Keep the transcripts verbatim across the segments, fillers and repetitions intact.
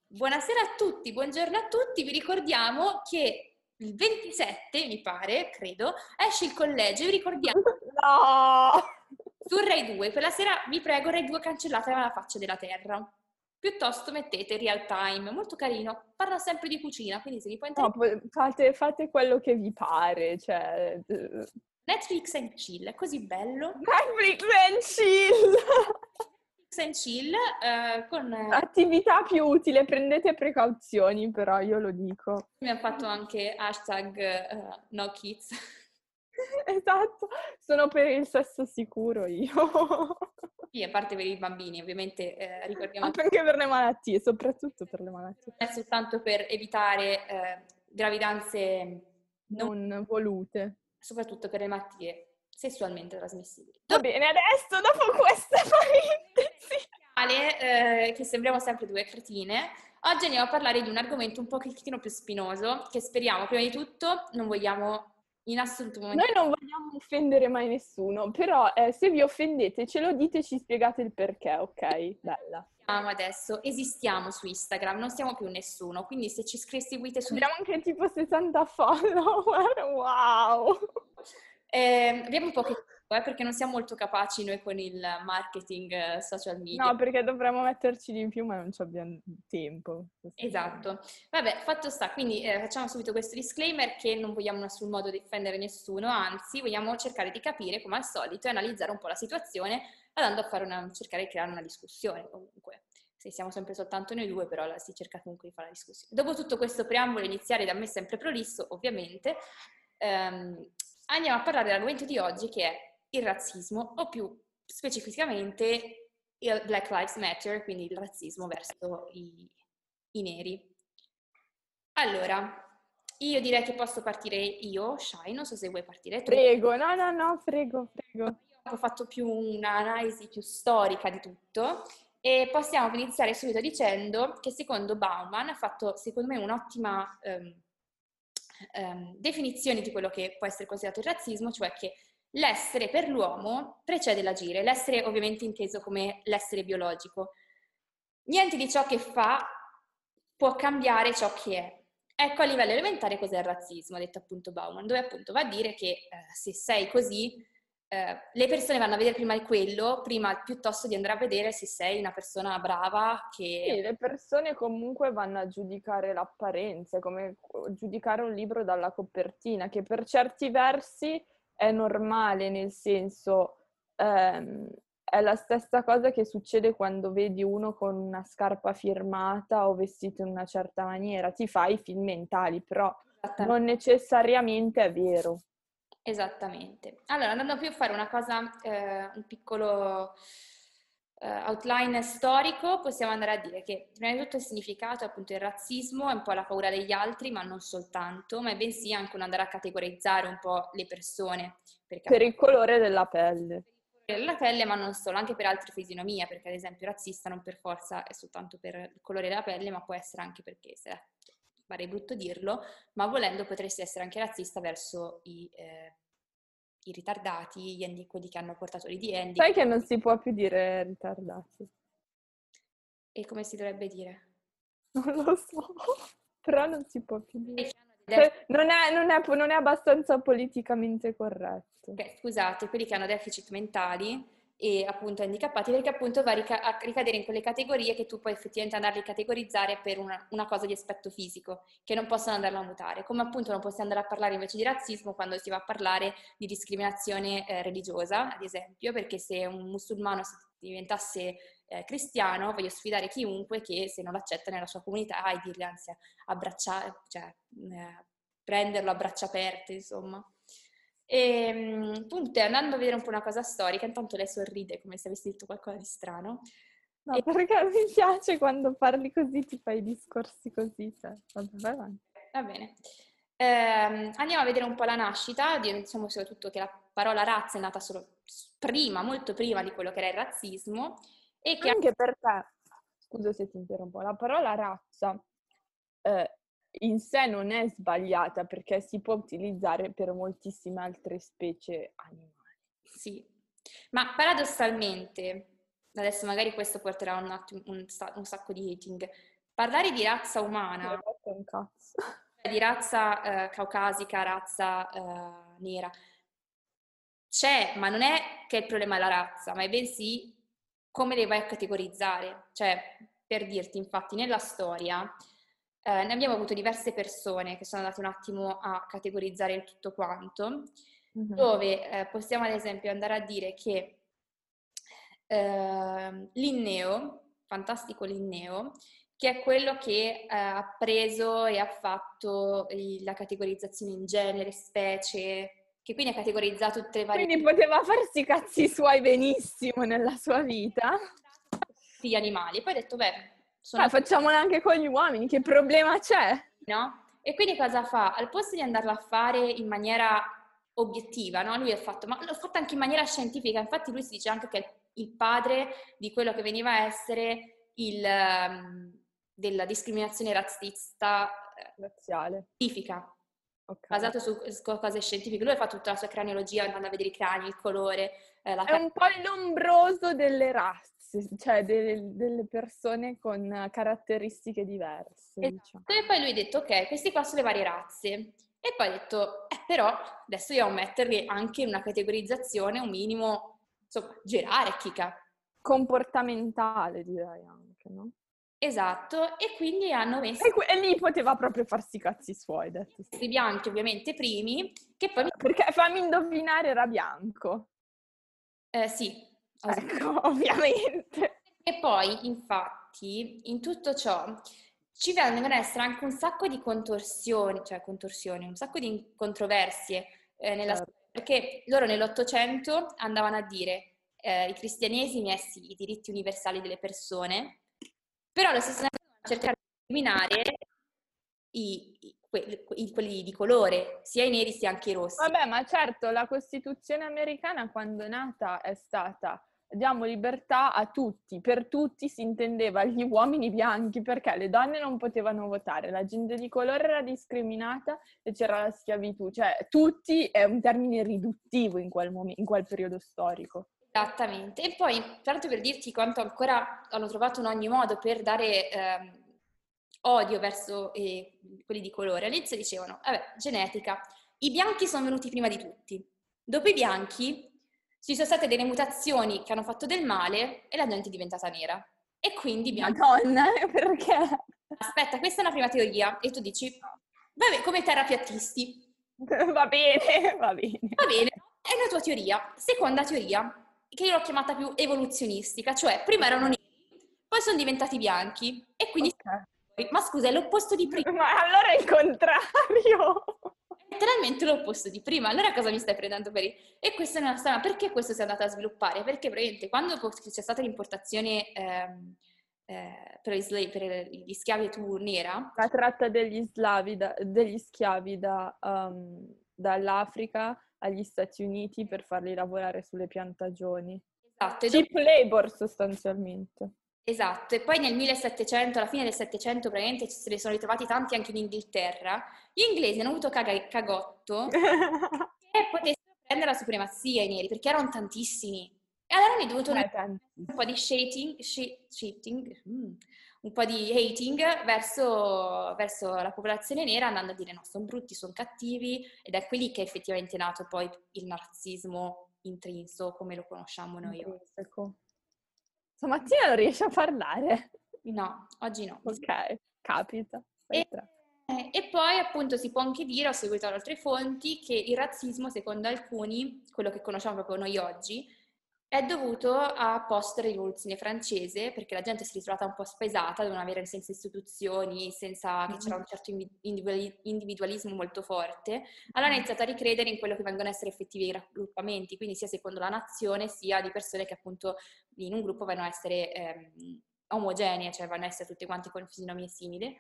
Buonasera a tutti, buongiorno a tutti. Vi ricordiamo che il ventisette, mi pare, credo, esce il collegio. Vi ricordiamo No! su Rai due. Quella sera, vi prego, Rai due cancellate la faccia della terra. Piuttosto mettete Real Time, molto carino. Parla sempre di cucina, quindi se vi può No, interessare. poi fate, fate quello che vi pare, cioè... eh, Netflix and Chill, è così bello. Netflix and chill! Netflix and Chill eh, con... eh, Attività più utile, prendete precauzioni, però io lo dico. mi ha fatto anche hashtag eh, no kids. Esatto, sono per il sesso sicuro io. Sì, a parte per i bambini, ovviamente eh, ricordiamo Anche per le malattie, soprattutto per le malattie è soltanto per evitare eh, gravidanze non, non volute. soprattutto per le malattie sessualmente trasmissibili. Va Dopo bene, adesso, dopo questa parentesi... eh, che sembriamo sempre due cretine, oggi andiamo a parlare di un argomento un pochettino più spinoso, che speriamo, prima di tutto, non vogliamo in assoluto momento. Noi non vogliamo offendere mai nessuno, però eh, se vi offendete ce lo dite e ci spiegate il perché, ok? Bella. Siamo adesso, esistiamo su Instagram, non siamo più nessuno, quindi se ci seguite su Abbiamo anche tipo sessanta follower, wow! Eh, abbiamo un po' che eh, perché non siamo molto capaci noi con il marketing eh, social media. No, perché dovremmo metterci di più, ma non ci abbiamo tempo. Esatto. Vabbè, fatto sta, quindi eh, facciamo subito questo disclaimer che non vogliamo in nessun modo difendere nessuno, anzi vogliamo cercare di capire come al solito e analizzare un po' la situazione andando a fare una, cercare di creare una discussione comunque. Se siamo sempre soltanto noi due, però la, si cerca comunque di fare la discussione. Dopo tutto questo preambolo iniziale da me sempre prolisso, ovviamente, ehm, andiamo a parlare dell'argomento di oggi che è il razzismo o più specificamente il Black Lives Matter, quindi il razzismo verso i, i neri. Allora, io direi che posso partire io, Shai, non so se vuoi partire tu. Prego, no, no, no, prego, prego. Io ho fatto più un'analisi più storica di tutto e possiamo iniziare subito dicendo che secondo Bauman ha fatto, secondo me, un'ottima ehm, ehm, definizione di quello che può essere considerato il razzismo, cioè che l'essere per l'uomo precede l'agire, l'essere ovviamente inteso come l'essere biologico. Niente di ciò che fa può cambiare ciò che è. Ecco a livello elementare cos'è il razzismo, ha detto appunto Bauman, dove appunto va a dire che eh, se sei così, eh, le persone vanno a vedere prima di quello, prima piuttosto di andare a vedere se sei una persona brava che... Sì, le persone comunque vanno a giudicare l'apparenza, è come giudicare un libro dalla copertina, che per certi versi è normale, nel senso ehm, è la stessa cosa che succede quando vedi uno con una scarpa firmata o vestito in una certa maniera, ti fai i film mentali, però non necessariamente è vero. Esattamente. Allora, andando più a fare una cosa, eh, un piccolo eh, outline storico, possiamo andare a dire che prima di tutto il significato appunto il razzismo è un po' la paura degli altri, ma non soltanto, ma è bensì anche un andare a categorizzare un po' le persone, perché Per appunto il colore della pelle. per la pelle, ma non solo, anche per altre fisionomie, perché ad esempio razzista non per forza è soltanto per il colore della pelle, ma può essere anche perché, se, pare brutto dirlo, ma volendo potresti essere anche razzista verso i, eh, i ritardati, gli handi- quelli che hanno portatori di Sai handicap. che non si può più dire ritardati? E come si dovrebbe dire? Non lo so, però non si può più dire. Quelli che hanno dei Cioè, non è, non è- non è abbastanza politicamente corretto. Ok, scusate, quelli che hanno deficit mentali e appunto handicappati, perché appunto va a rica- a ricadere in quelle categorie che tu puoi effettivamente andarli a categorizzare per una, una cosa di aspetto fisico, che non possono andarla a mutare. Come appunto non possiamo andare a parlare invece di razzismo quando si va a parlare di discriminazione eh, religiosa, ad esempio, perché se un musulmano si- diventasse eh, cristiano, voglio sfidare chiunque che se non l'accetta nella sua comunità e dirgli anzi abbracciare, cioè eh, prenderlo a braccia aperte, insomma. E appunto, andando a vedere un po' una cosa storica, intanto lei sorride come se avessi detto qualcosa di strano. No, E, perché mi piace quando parli così, ti fai discorsi così. Cioè, vabbè, vai avanti. va bene. Ehm, andiamo a vedere un po' la nascita, diciamo soprattutto che la parola razza è nata solo prima, molto prima di quello che era il razzismo e che Anche perché, scusa se ti interrompo, la parola razza eh, in sé non è sbagliata perché si può utilizzare per moltissime altre specie animali. sì, ma paradossalmente, adesso magari questo porterà un, attimo, un, un sacco di hating, parlare di razza umana, Non ho fatto un cazzo. di razza eh, caucasica, razza eh, nera, c'è, ma non è che il problema è la razza, ma è bensì come le vai a categorizzare. Cioè, per dirti, infatti, nella storia eh, ne abbiamo avuto diverse persone che sono andate un attimo a categorizzare il tutto quanto, Mhm. dove eh, possiamo ad esempio andare a dire che eh, Linneo, fantastico Linneo, che è quello che eh, ha preso e ha fatto il- la categorizzazione in genere, specie, che quindi ha categorizzato tutte le varie... Quindi poteva farsi i cazzi suoi benissimo nella sua vita. Gli animali. E poi ha detto, beh, sono... Ah, facciamolo anche con gli uomini, che problema c'è? no? E quindi cosa fa? Al posto di andarla a fare in maniera obiettiva, no? Lui ha fatto, ma l'ho fatta anche in maniera scientifica, infatti lui si dice anche che è il padre di quello che veniva a essere il, um, della discriminazione razzista eh, Razziale. scientifica, Ok. basato su, su cose scientifiche. Lui ha fatto tutta la sua craniologia andando a vedere i crani, il colore, eh, la È un po' l'ombroso delle razze, cioè delle, delle persone con caratteristiche diverse, diciamo. Esatto, e poi lui ha detto, ok, questi qua sono le varie razze. E poi ha detto, eh, però adesso dobbiamo metterli anche in una categorizzazione un minimo, insomma, gerarchica. Comportamentale, direi anche, no? Esatto, e quindi hanno messo E, que- e lì poteva proprio farsi i cazzi suoi, detto sì. i bianchi ovviamente primi, che poi... Perché fammi indovinare, era bianco. Eh, sì, Ecco, ovviamente. e poi, infatti, in tutto ciò ci vengono a essere anche un sacco di contorsioni, cioè contorsioni, un sacco di controversie eh, nella Certo. storia, perché loro nell'Ottocento andavano a dire eh, i cristianesimi eh sì, i diritti universali delle persone, però allo stesso tempo andavano a cercare di eliminare i, i- que- i- quelli di colore, sia i neri sia anche i rossi. Vabbè, ma certo, la Costituzione americana quando è nata è stata diamo libertà a tutti, per tutti si intendeva gli uomini bianchi perché le donne non potevano votare, la gente di colore era discriminata e c'era la schiavitù, cioè tutti è un termine riduttivo in quel, mom- in quel periodo storico. Esattamente, e poi tanto per dirti quanto ancora hanno trovato in ogni modo per dare ehm, odio verso eh, quelli di colore, all'inizio dicevano, vabbè, genetica, i bianchi sono venuti prima di tutti, dopo i bianchi ci sono state delle mutazioni che hanno fatto del male e la gente è diventata nera. E quindi i bianchi... Madonna, perché? Aspetta, questa è una prima teoria, e tu dici, vabbè, come terrapiattisti, Va bene, va bene. va bene, è una tua teoria. Seconda teoria, che io l'ho chiamata più evoluzionistica, cioè prima erano neri, poi sono diventati bianchi e quindi... Ok. Ma scusa, è l'opposto di prima. Ma allora è il contrario. È letteralmente l'opposto di prima. Allora cosa mi stai prendendo per il... E questa è una strana. Perché questo si è andato a sviluppare? Perché praticamente quando c'è stata l'importazione ehm, eh, per, gli sla- per gli schiavitù nera, La tratta degli slavi, da- degli schiavi da, um, dall'Africa agli Stati Uniti per farli lavorare sulle piantagioni. esatto, e dopo... Cheap labor sostanzialmente. Esatto, e poi nel millesettecento, alla fine del Settecento, praticamente se ne sono ritrovati tanti anche in Inghilterra. Gli inglesi hanno avuto caga- cagotto che potessero prendere la supremazia i neri, perché erano tantissimi. E allora hanno dovuto Eh, un po' di shading, shi- cheating, mm, un po' di hating verso, verso la popolazione nera, andando a dire no, sono brutti, sono cattivi, ed è qui che effettivamente è nato poi il narcisismo intrinso come lo conosciamo noi oggi. intrinseco. Stamattina non riesci a parlare. No, oggi no. Ok, capita. E, Fai tre. eh, e poi appunto si può anche dire, ho seguito altre fonti, che il razzismo secondo alcuni, quello che conosciamo proprio noi oggi, è dovuto a post-rivoluzione francese, perché la gente si è ritrovata un po' spaesata, dovevano avere senza istituzioni, senza che c'era un certo individuali- individualismo molto forte, allora hanno iniziato a ricredere in quello che vengono a essere effettivi raggruppamenti, quindi sia secondo la nazione, sia di persone che appunto in un gruppo vanno a essere ehm, omogenee, cioè vanno a essere tutte quanti con fisionomie simili.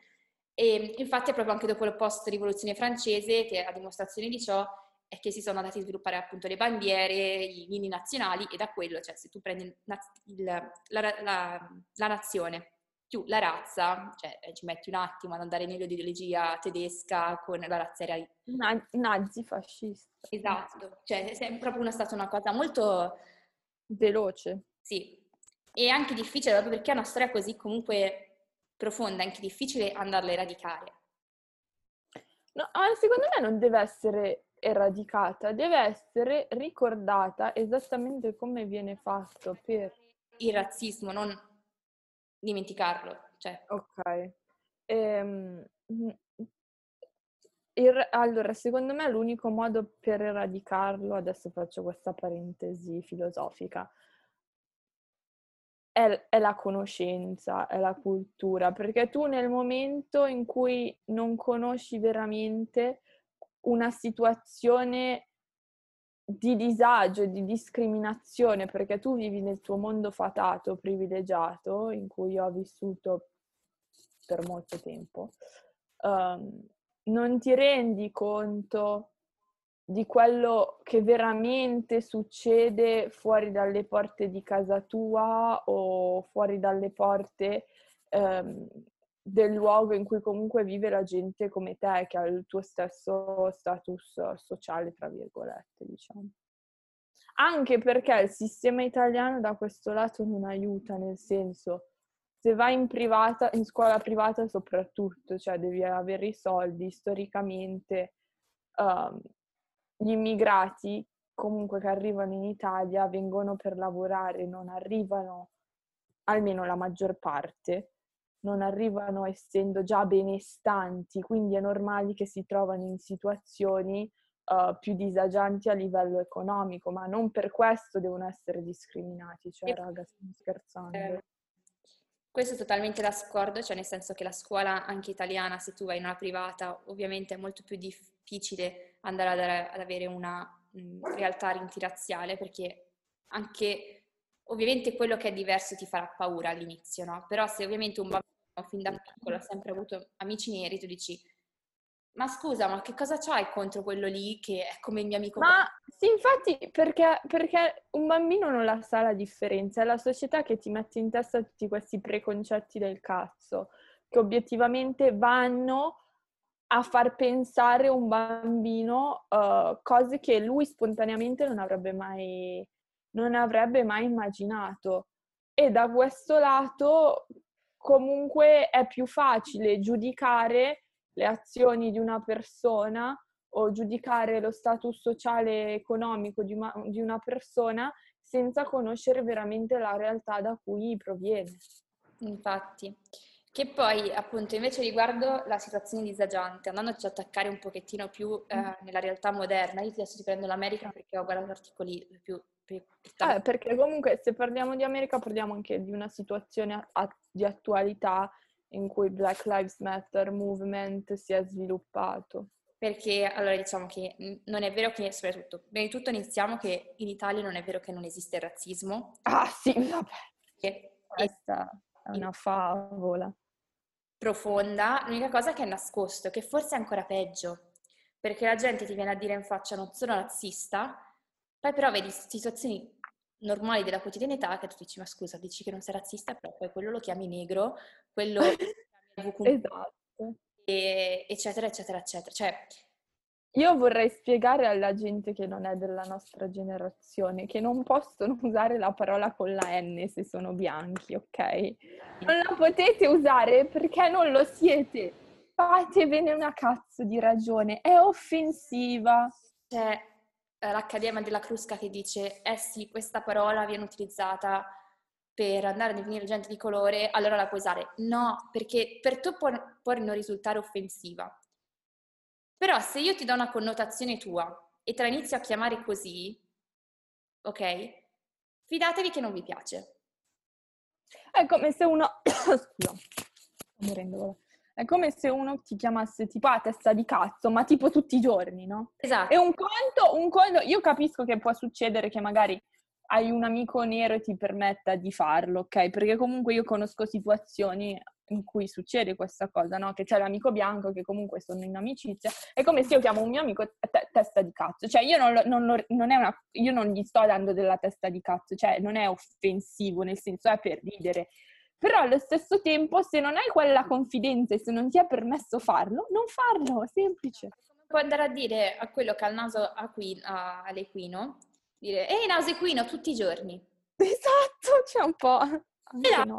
E infatti è proprio anche dopo la post-rivoluzione francese che a dimostrazione di ciò è che si sono andati a sviluppare appunto le bandiere, i mini nazionali, e da quello, cioè se tu prendi il, il, la, la, la nazione più la razza, cioè ci metti un attimo ad andare nell'ideologia tedesca con la razzeria. Na- nazi fascista. Esatto, cioè è proprio una, stata una cosa molto... Veloce. Sì, e anche difficile proprio perché è una storia così comunque profonda, anche difficile andarla a eradicare. No, ma secondo me non deve essere eradicata, deve essere ricordata esattamente come viene fatto per... Il razzismo, non dimenticarlo, cioè. Ok. Ehm, mm, il- allora, secondo me l'unico modo per eradicarlo, adesso faccio questa parentesi filosofica, è, è la conoscenza, è la cultura, perché tu nel momento in cui non conosci veramente una situazione di disagio, di discriminazione, perché tu vivi nel tuo mondo fatato, privilegiato, in cui ho vissuto per molto tempo, um, non ti rendi conto di quello che veramente succede fuori dalle porte di casa tua o fuori dalle porte um, del luogo in cui comunque vive la gente come te, che ha il tuo stesso status sociale, tra virgolette, diciamo. Anche perché il sistema italiano da questo lato non aiuta, nel senso, se vai in privata, in scuola privata soprattutto, cioè devi avere i soldi, storicamente, um, gli immigrati comunque che arrivano in Italia vengono per lavorare, non arrivano, almeno la maggior parte, non arrivano essendo già benestanti, quindi è normale che si trovano in situazioni uh, più disagianti a livello economico, ma non per questo devono essere discriminati, cioè raga, stiamo scherzando. Eh, questo è totalmente d'accordo, cioè nel senso che la scuola anche italiana, se tu vai in una privata, ovviamente è molto più difficile andare ad, ad avere una mh, realtà multirazziale, perché anche ovviamente quello che è diverso ti farà paura all'inizio, no? Però se ovviamente un bambino fin da piccolo ha sempre avuto amici neri, tu dici, ma scusa, ma che cosa c'hai contro quello lì che è come il mio amico? Ma sì, infatti, perché, perché un bambino non la sa la differenza, è la società che ti mette in testa tutti questi preconcetti del cazzo, che obiettivamente vanno a far pensare un bambino uh, cose che lui spontaneamente non avrebbe mai, non avrebbe mai immaginato. E da questo lato comunque è più facile giudicare le azioni di una persona o giudicare lo status sociale e economico di una, di una persona senza conoscere veramente la realtà da cui proviene. Infatti, che poi appunto invece riguardo la situazione disagiante, andandoci ad attaccare un pochettino più eh, nella realtà moderna, io adesso ti prendo l'America perché ho guardato articoli più, più, più Eh, perché comunque se parliamo di America parliamo anche di una situazione a- di attualità in cui Black Lives Matter movement si è sviluppato. Perché allora diciamo che mh, non è vero che, soprattutto, prima di tutto iniziamo che in Italia non è vero che non esiste il razzismo, Ah sì, vabbè, che è questa è una favola. profonda, l'unica cosa che è nascosto, che forse è ancora peggio, perché la gente ti viene a dire in faccia non sono razzista, poi però vedi situazioni normali della quotidianità che tu dici ma scusa, dici che non sei razzista, però poi quello lo chiami negro, quello lo chiami vu vu, Esatto. e- eccetera, eccetera, eccetera. Cioè, Io vorrei spiegare alla gente che non è della nostra generazione che non possono usare la parola con la N se sono bianchi, ok? Non la potete usare perché non lo siete. Fatevene una cazzo di ragione, è offensiva. c'è eh, l'Accademia della Crusca che dice, eh sì, questa parola viene utilizzata per andare a definire gente di colore, allora la puoi usare. No, perché per te può, può non risultare offensiva. Però se io ti do una connotazione tua e te la inizio a chiamare così, ok? Fidatevi che non vi piace. È come se uno... Scusa, sto morendo. È come se uno ti chiamasse tipo a testa di cazzo, ma tipo tutti i giorni, no? E Esatto. un conto, un conto, io capisco che può succedere che magari hai un amico nero e ti permetta di farlo, ok? Perché comunque io conosco situazioni in cui succede questa cosa, no? Che c'è l'amico bianco che comunque sono in amicizia, è come se io chiamo un mio amico te- testa di cazzo, cioè io non, lo, non, lo, non è una, io non gli sto dando della testa di cazzo, cioè non è offensivo, nel senso è per ridere. Però allo stesso tempo, se non hai quella confidenza e se non ti è permesso farlo, non farlo, è semplice. Può andare a dire a quello che ha il naso aqui- a- all'equino, dire, ehi naso equino, tutti i giorni. Esatto, c'è un po', anche Esatto, no. cioè, com'è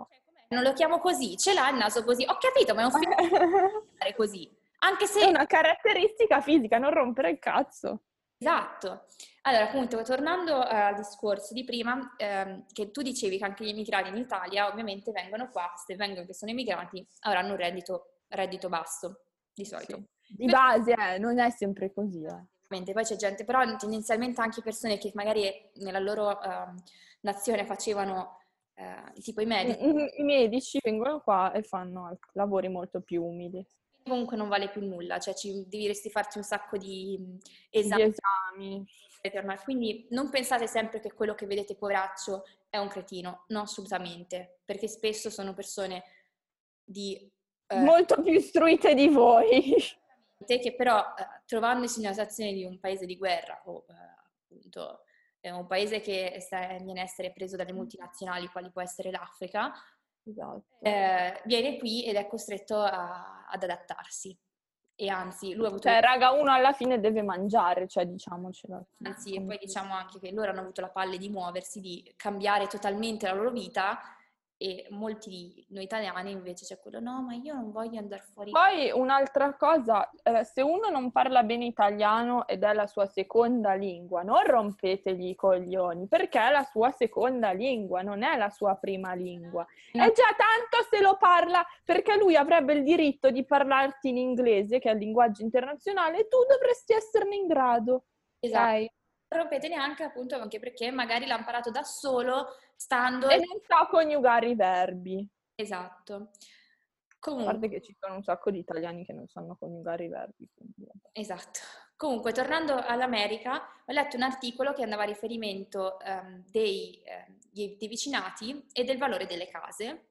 non lo chiamo così, ce l'ha il naso così. Ho capito, ma è un figlio fare così. Anche se... È una caratteristica fisica, non rompere il cazzo. Esatto. Allora, comunque, tornando eh, al discorso di prima, ehm, che tu dicevi che anche gli immigrati in Italia ovviamente vengono qua, se vengono che sono immigrati, avranno un reddito, reddito basso, di solito. Sì. Di base, eh, non è sempre così. Eh. Poi c'è gente, però tendenzialmente anche persone che magari nella loro eh, nazione facevano eh, tipo i medici. I, I medici vengono qua e fanno lavori molto più umili. Comunque non vale più nulla, cioè ci, dovresti farti un sacco di esami. Di esami. Quindi non pensate sempre che quello che vedete poveraccio è un cretino, no, assolutamente, perché spesso sono persone di... Eh, molto più istruite di voi. Che però eh, trovandosi in una situazione di un paese di guerra o eh, appunto è un paese che sta, viene a essere preso dalle multinazionali, quali può essere l'Africa, Esatto. eh, viene qui ed è costretto a, ad adattarsi. E anzi, lui ha avuto... Cioè, raga, uno alla fine deve mangiare, cioè diciamocelo. Anzi, e poi diciamo anche che loro hanno avuto la palle di muoversi, di cambiare totalmente la loro vita e molti di noi italiani invece c'è quello, no, ma io non voglio andare fuori. Poi un'altra cosa, eh, se uno non parla bene italiano ed è la sua seconda lingua, non rompetegli i coglioni, perché è la sua seconda lingua, non è la sua prima lingua. No. È già tanto se lo parla, perché lui avrebbe il diritto di parlarti in inglese, che è il linguaggio internazionale, e tu dovresti esserne in grado. Esatto. Okay? Non rompete neanche appunto anche perché magari l'ha imparato da solo, stando... E non sa coniugare i verbi. Esatto. Comunque. A parte che ci sono un sacco di italiani che non sanno coniugare i verbi. Quindi... Esatto. Comunque, tornando all'America, ho letto un articolo che andava a riferimento um, dei, eh, dei vicinati e del valore delle case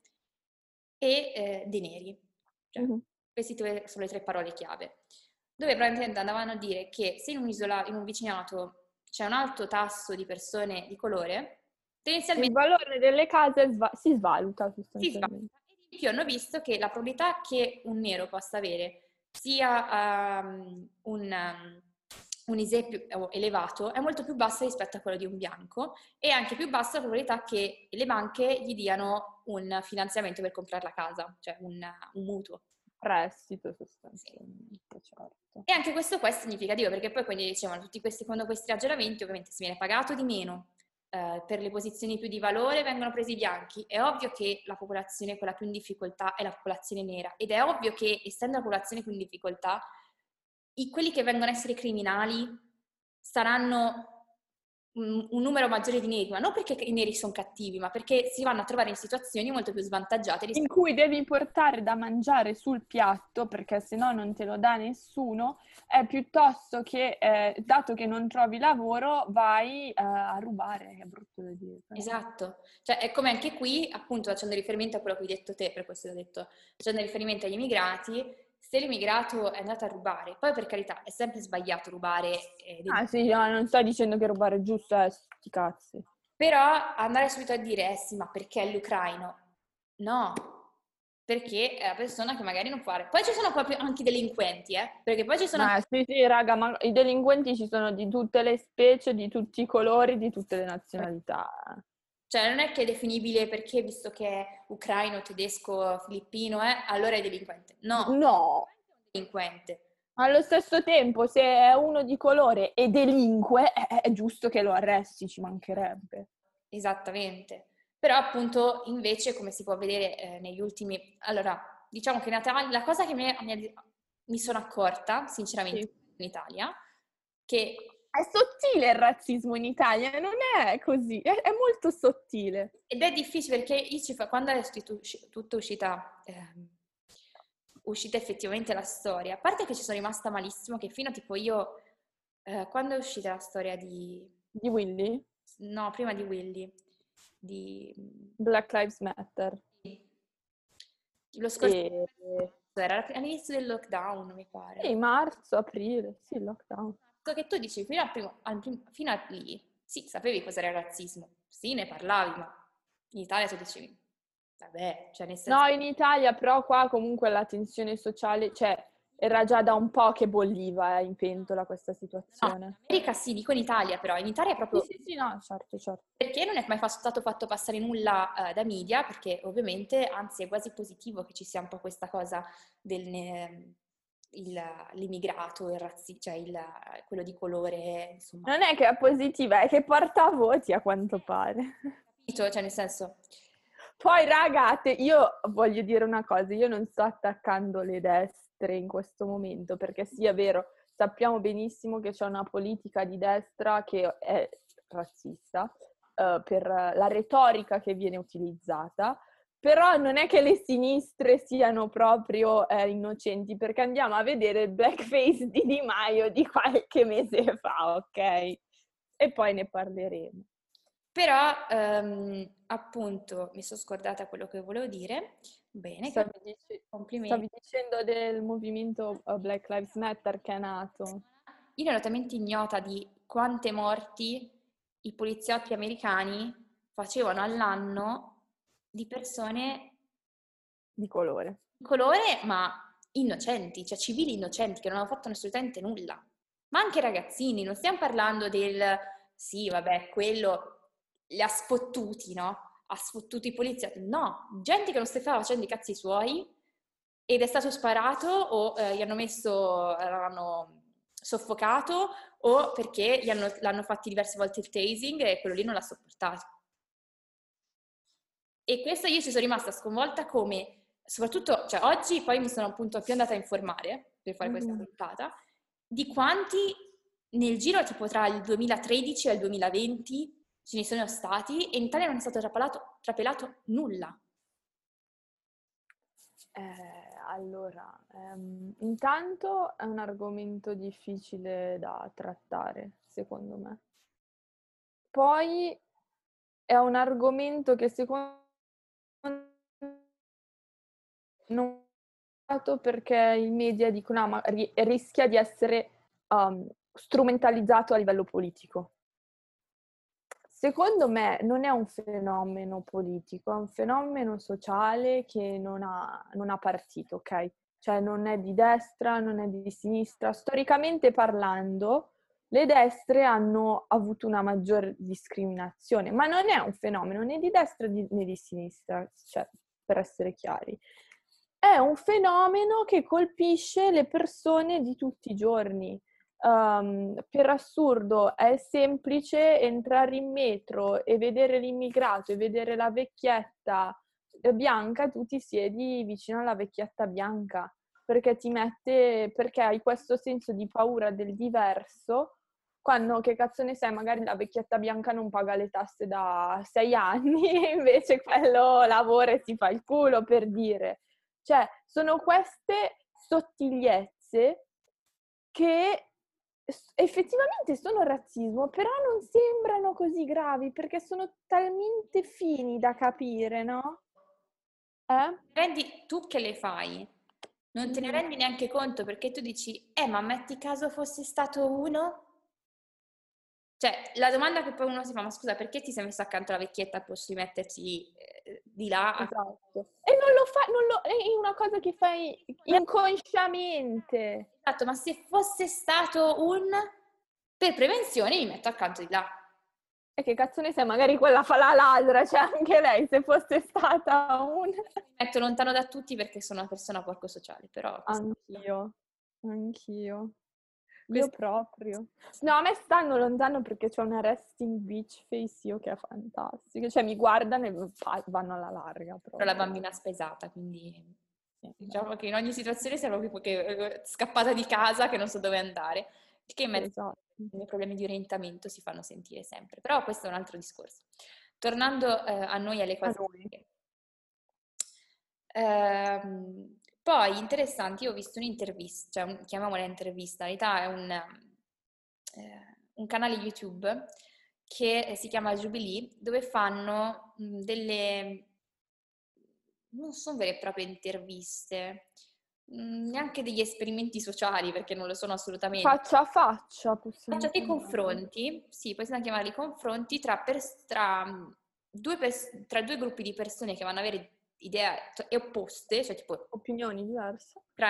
e eh, dei neri. Cioè, mm-hmm. Queste sono le tre parole chiave. Dove praticamente andavano a dire che se in un'isola, in un vicinato c'è un alto tasso di persone di colore, tendenzialmente... il valore delle case sva- si svaluta sostanzialmente. Si svaluta. E in più hanno visto che la probabilità che un nero possa avere sia um, un, um, un I S E E più elevato è molto più bassa rispetto a quello di un bianco e anche più bassa la probabilità che le banche gli diano un finanziamento per comprare la casa, cioè un, un mutuo. Prestito sostanzialmente, sì. Certo. E anche questo qua è significativo perché poi quando dicevano tutti questi, secondo questi ragionamenti ovviamente si viene pagato di meno, eh, per le posizioni più di valore vengono presi i bianchi, è ovvio che la popolazione quella più in difficoltà è la popolazione nera ed è ovvio che essendo la popolazione più in difficoltà i, quelli che vengono a essere criminali saranno un, un numero maggiore di neri, ma non perché i neri sono cattivi, ma perché si vanno a trovare in situazioni molto più svantaggiate rispetto... in cui devi portare da mangiare sul piatto perché se no non te lo dà nessuno, è piuttosto che eh, dato che non trovi lavoro vai eh, a rubare, è brutto da dire. Però. Esatto, cioè è come anche qui appunto facendo riferimento a quello che hai detto te, per questo ho detto, facendo riferimento agli immigrati, se l'immigrato è andato a rubare, poi per carità è sempre sbagliato rubare. Eh, ah sì, no, non sto dicendo che rubare è giusto, eh, sti cazzi. Però andare subito a dire, eh sì, ma perché è l'ucraino? No, perché è la persona che magari non può fare. Poi ci sono proprio anche i delinquenti, eh, perché poi ci sono... Ah, sì, sì, raga, ma i delinquenti ci sono di tutte le specie, di tutti i colori, di tutte le nazionalità. Cioè non è che è definibile perché visto che è ucraino, tedesco, filippino, eh, allora è delinquente. No, no. È un delinquente. Allo stesso tempo, se è uno di colore e delinque, è, è giusto che lo arresti, ci mancherebbe. Esattamente. Però appunto invece, come si può vedere eh, negli ultimi... Allora, diciamo che in Italia, la cosa che mi, mi, mi sono accorta, sinceramente, sì. in Italia, che... È sottile il razzismo in Italia, non è così, è, è molto sottile. Ed è difficile perché io ci fa, quando è tutta uscita, eh, uscita effettivamente la storia, a parte che ci sono rimasta malissimo, che fino a tipo io, eh, quando è uscita la storia di... Di Willy? No, prima di Willy, di... Black Lives Matter. Lo scorso... E... era all'inizio del lockdown, mi pare. Sì, marzo, aprile, sì, lockdown. Che tu dici, fino a, primo, al prim, fino a lì, sì, sapevi cos'era il razzismo, sì, ne parlavi, ma in Italia tu dicevi, vabbè, cioè nel senso... No, in Italia però qua comunque la tensione sociale, cioè era già da un po' che bolliva eh, in pentola questa No, in situazione. America sì, dico in Italia però, in Italia è Sì, proprio sì, sì, no, certo, certo. perché non è mai fa- stato fatto passare nulla eh, da media, perché ovviamente, anzi è quasi positivo che ci sia un po' questa cosa del ne- il- l'immigrato, il razzi- cioè il- quello di colore, insomma, Non è che è positiva, è che porta voti a quanto pare. capito? Cioè nel senso, Poi, ragazze, io voglio dire una cosa, io non sto attaccando le destre in questo momento, perché sì, è vero, sappiamo benissimo che c'è una politica di destra che è razzista, eh, per la retorica che viene utilizzata, però non è che le sinistre siano proprio eh, innocenti, perché andiamo a vedere il blackface di Di Maio di qualche mese fa, ok? E poi ne parleremo. però ehm, appunto mi sono scordata quello che volevo dire. Bene, Stavi, grazie, dic- complimenti. stavi dicendo del movimento uh, Black Lives Matter che è nato Io ero talmente ignota di quante morti i poliziotti americani facevano all'anno di persone di colore. di colore, ma innocenti, cioè civili innocenti che non hanno fatto assolutamente nulla. Ma anche ragazzini, non stiamo parlando del sì, vabbè, quello li ha sfottuti, no? Ha sfottuto i poliziotti. No, gente che non stava facendo i cazzi suoi ed è stato sparato o eh, gli hanno messo, l'hanno soffocato o perché gli hanno, l'hanno fatti diverse volte il tasing e quello lì non l'ha sopportato. E questo io ci sono rimasta sconvolta come, soprattutto, cioè oggi poi mi sono appunto più andata a informare per fare questa Mm-hmm. puntata, di quanti nel giro tipo tra il duemilatredici e il duemilaventi ce ne sono stati e in Italia non è stato trapelato, trapelato nulla. Eh, allora, ehm, intanto è un argomento difficile da trattare, secondo me. Poi è un argomento che secondo me non è dato perché i media dicono ah, ma ri- rischia di essere um, strumentalizzato a livello politico. Secondo me non è un fenomeno politico, è un fenomeno sociale che non ha, non ha partito, ok? Cioè non è di destra, non è di sinistra. Storicamente parlando, le destre hanno avuto una maggior discriminazione, ma non è un fenomeno né di destra né di sinistra, cioè, per essere chiari. È un fenomeno che colpisce le persone di tutti i giorni. Um, per assurdo è semplice entrare in metro e vedere l'immigrato e vedere la vecchietta bianca, tu ti siedi vicino alla vecchietta bianca perché ti mette, perché hai questo senso di paura del diverso, quando che cazzo ne sai, magari la vecchietta bianca non paga le tasse da sei anni e invece quello lavora e si fa il culo, per dire. Cioè, sono queste sottigliezze che effettivamente sono razzismo, però non sembrano così gravi perché sono talmente fini da capire, no? Eh? Rendi tu che le fai, non te ne Mm-hmm. rendi neanche conto perché tu dici, eh, ma metti caso fosse stato uno? Cioè, la domanda che poi uno si fa, ma scusa, perché ti sei messo accanto alla vecchietta al posto di metterti eh, di là? A... Esatto. E non lo fai, non lo, è una cosa che fai inconsciamente. Esatto, ma se fosse stato un... Per prevenzione mi metto accanto di là. E che cazzo ne sai, magari quella fa la ladra, cioè anche lei, se fosse stata un... Mi metto lontano da tutti perché sono una persona poco sociale, però... Anch'io, anch'io. Io Questo... proprio. No, a me stanno lontano perché c'ho una resting bitch face io che è fantastica. Cioè mi guardano e vanno alla larga Però la proprio. bambina spesata, quindi Sì, diciamo che in ogni situazione siamo proprio che, eh, scappata di casa che non so dove andare, che in mezzo esatto. ai miei problemi di orientamento si fanno sentire sempre. Però questo è un altro discorso. Tornando eh, a noi alle A cose noi. serie. Ehm, poi interessanti, io ho visto un'intervista, cioè un- chiamiamola intervista, in realtà è un, eh, un canale YouTube che si chiama Jubilee, dove fanno mh, delle, non sono vere e proprie interviste, mh, neanche degli esperimenti sociali, perché non lo sono assolutamente. Faccia a faccia Faccio possiamo dei chiamarlo. confronti, sì, possiamo chiamarli confronti tra, pers- tra, mh, due pers- tra due gruppi di persone che vanno ad avere idee t- opposte, cioè tipo Opinioni diverse. tra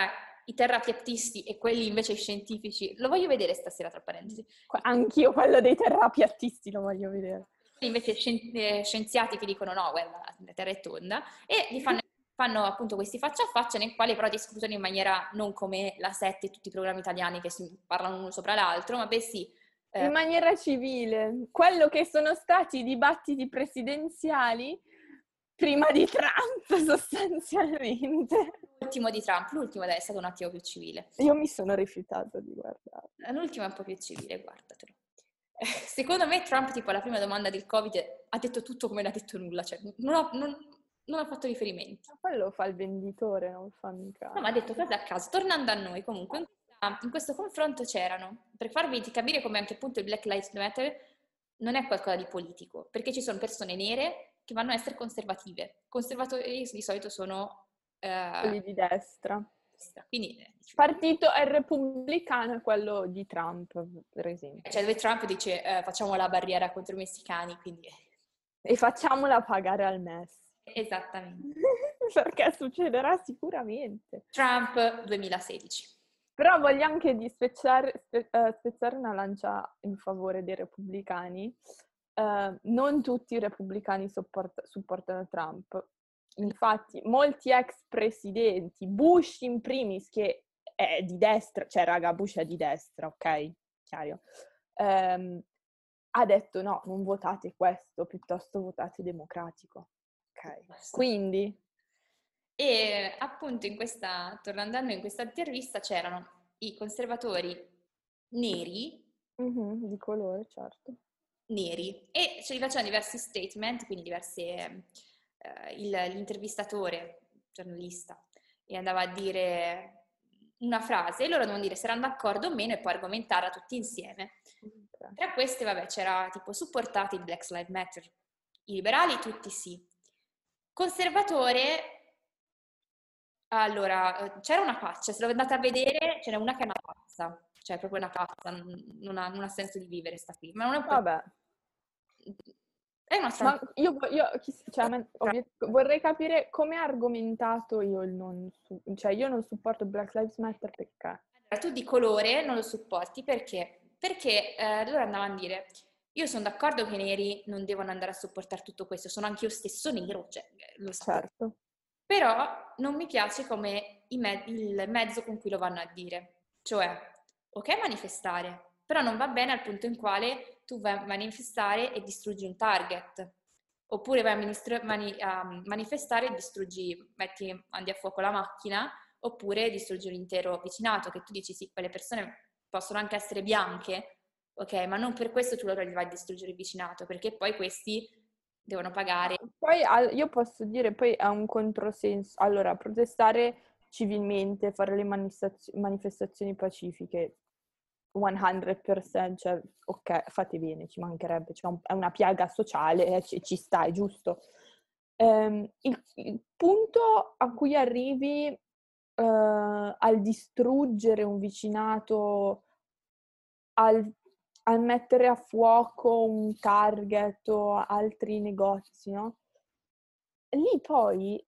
i terrapiattisti e quelli invece scientifici, lo voglio vedere stasera, tra parentesi. Anch'io quello dei terrapiattisti lo voglio vedere. Invece scienziati che dicono no, guarda, la Terra è tonda, e gli fanno, fanno appunto questi faccia a faccia nei quali però discutono in maniera non come la sette e tutti i programmi italiani che si parlano uno sopra l'altro, ma bensì eh, in maniera civile, quello che sono stati i dibattiti presidenziali prima di Trump sostanzialmente. L'ultimo di Trump, l'ultimo è stato un attimo più civile. Io mi sono rifiutato di guardare. L'ultimo è un po' più civile, guardatelo. Secondo me Trump, tipo alla prima domanda del Covid, ha detto tutto come non ha detto nulla, cioè non ha, non, non ha fatto riferimenti. Ma quello fa il venditore, non fa mica. No, ma ha detto frase a caso. Tornando a noi, comunque, in, questa, in questo confronto c'erano, per farvi capire come anche appunto il Black Lives Matter non è qualcosa di politico, perché ci sono persone nere che vanno a essere conservative. Conservatori di solito sono... Eh, quelli di destra. Quindi, il partito è repubblicano è quello di Trump, per esempio. Cioè dove Trump dice eh, facciamo la barriera contro i messicani, quindi... E facciamola pagare al M E S. Esattamente. Perché succederà sicuramente. Trump duemilasedici. Però voglio anche di spezzare, spe, uh, spezzare una lancia in favore dei repubblicani. Uh, non tutti i repubblicani support- supportano Trump. Infatti, molti ex presidenti, Bush in primis, che è di destra, cioè raga, Bush è di destra, ok? Chiaro. Um, ha detto no, non votate questo, piuttosto votate democratico. Ok, quindi... E appunto in questa, tornando a noi, in questa intervista c'erano i conservatori neri. Mm-hmm, di colore, certo. Neri. E ce li facevano diversi statement, quindi diverse... Uh, il, l'intervistatore, giornalista, e andava a dire una frase e loro dovevano dire se erano d'accordo o meno e poi argomentare tutti insieme. Okay. Tra queste, vabbè, c'era tipo supportate il Black Lives Matter, i liberali tutti sì. Conservatore, allora, c'era una pazza, se l'ho andata a vedere, ce n'è una che è una pazza, cioè proprio una pazza, non ha, non ha senso di vivere sta qui, ma non è un po'... Vabbè. È una strana... Ma io, io cioè, vorrei capire come ha argomentato io il non... Su- cioè, io non supporto Black Lives Matter perché? Allora, tu di colore non lo supporti perché? Perché eh, loro andavano a dire io sono d'accordo che i neri non devono andare a supportare tutto questo, sono anche io stesso nero, cioè lo so. Certo. Però non mi piace come i me- il mezzo con cui lo vanno a dire. Cioè, ok manifestare, però non va bene al punto in quale tu vai a manifestare e distruggi un target. Oppure vai a, ministru- mani- a manifestare e distruggi, metti, mandi a fuoco la macchina, oppure distruggi l'intero vicinato, che tu dici sì, quelle persone possono anche essere bianche, ok, ma non per questo tu loro gli vai a distruggere il vicinato, perché poi questi devono pagare. Poi io posso dire, poi è un controsenso. Allora, protestare civilmente, fare le manifestazio- manifestazioni pacifiche, cento per cento, cioè, ok, fate bene, ci mancherebbe, cioè, è una piaga sociale e ci, ci sta, è giusto. Um, il, il punto a cui arrivi uh, al distruggere un vicinato, al al mettere a fuoco un Target o altri negozi, no? Lì poi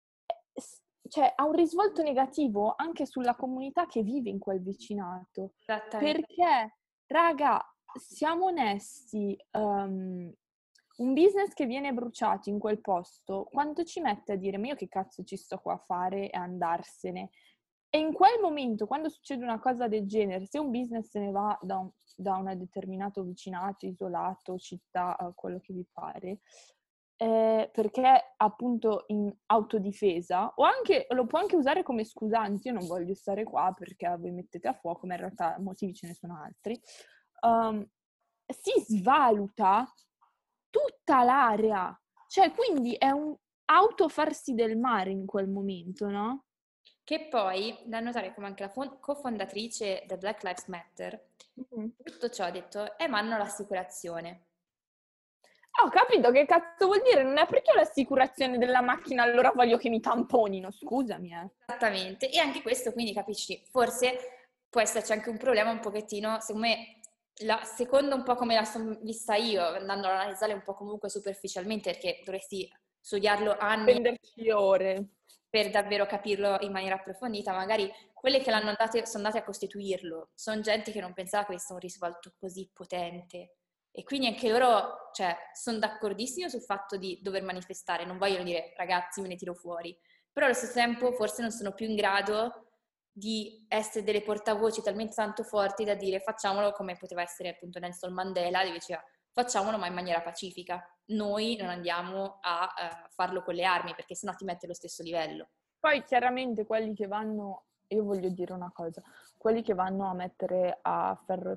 cioè, ha un risvolto negativo anche sulla comunità che vive in quel vicinato. Perché, raga, siamo onesti, um, un business che viene bruciato in quel posto, quanto ci mette a dire ma io che cazzo ci sto qua a fare e andarsene? E in quel momento, quando succede una cosa del genere, se un business se ne va da un, da un determinato vicinato, isolato, città, quello che vi pare, eh, perché appunto in autodifesa, o anche lo può anche usare come scusante, io non voglio stare qua perché voi mettete a fuoco, ma in realtà motivi ce ne sono altri, um, si svaluta tutta l'area. Cioè, quindi è un autofarsi del mare in quel momento, no? Che poi, da notare come anche la fon- cofondatrice del Black Lives Matter, mm-hmm. tutto ciò ha detto, eh ma hanno l'assicurazione. Ho capito che cazzo vuol dire, non è perché ho l'assicurazione della macchina allora voglio che mi tamponino, scusami eh. Esattamente, e anche questo quindi capisci, forse può esserci anche un problema un pochettino, secondo me, la, secondo un po' come la sono vista io, andando ad analizzare un po' comunque superficialmente, perché dovresti studiarlo anni Spenderci ore. per davvero capirlo in maniera approfondita, magari quelle che l'hanno andate, sono andate a costituirlo, sono gente che non pensava che avesse un risvolto così potente. E quindi anche loro, cioè, sono d'accordissimo sul fatto di dover manifestare, non vogliono dire ragazzi me ne tiro fuori, però allo stesso tempo forse non sono più in grado di essere delle portavoci talmente tanto forti da dire facciamolo come poteva essere appunto Nelson Mandela, che diceva facciamolo ma in maniera pacifica. Noi non andiamo a uh, farlo con le armi perché sennò ti mette allo stesso livello. Poi chiaramente quelli che vanno, io voglio dire una cosa, quelli che vanno a mettere a ferro e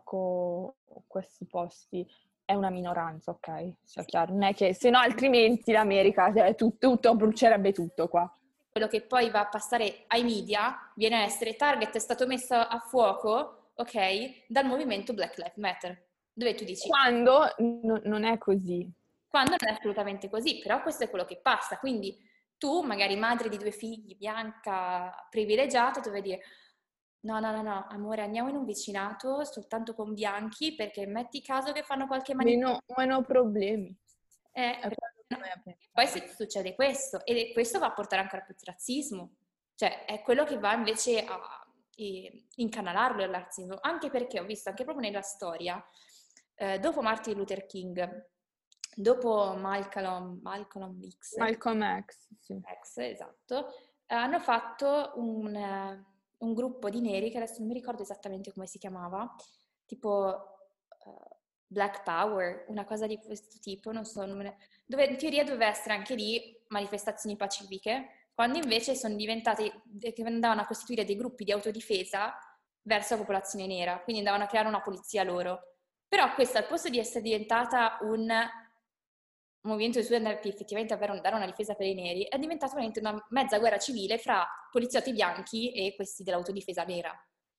fuoco questi posti è una minoranza, ok? Sia chiaro, non è che se no altrimenti l'America, cioè, tutto, tutto brucierebbe tutto qua. Quello che poi va a passare ai media viene a essere Target è stato messo a fuoco, ok, dal movimento Black Lives Matter, dove tu dici quando n- non è così. Quando non è assolutamente così, però questo è quello che passa, quindi tu, magari madre di due figli, bianca, privilegiata, dovevi dire no, no, no, no, amore, andiamo in un vicinato soltanto con bianchi perché metti caso che fanno qualche manifestazione. Meno, meno problemi. Eh, È quello che vai a e poi pensare. se succede questo, e questo va a portare ancora più razzismo, cioè è quello che va invece a eh, incanalarlo il razzismo, anche perché ho visto anche proprio nella storia, eh, dopo Martin Luther King, dopo Malcolm, Malcolm X, Malcolm X, sì. X, esatto, eh, hanno fatto un, eh, un gruppo di neri, che adesso non mi ricordo esattamente come si chiamava, tipo eh, Black Power, una cosa di questo tipo, non so, non me ne- dove in teoria doveva essere anche lì manifestazioni pacifiche, quando invece sono diventate, che andavano a costituire dei gruppi di autodifesa verso la popolazione nera, quindi andavano a creare una polizia loro. Però questa, al posto di essere diventata un movimento di studenti che effettivamente per dare una difesa per i neri, è diventata veramente una mezza guerra civile fra poliziotti bianchi e questi dell'autodifesa nera.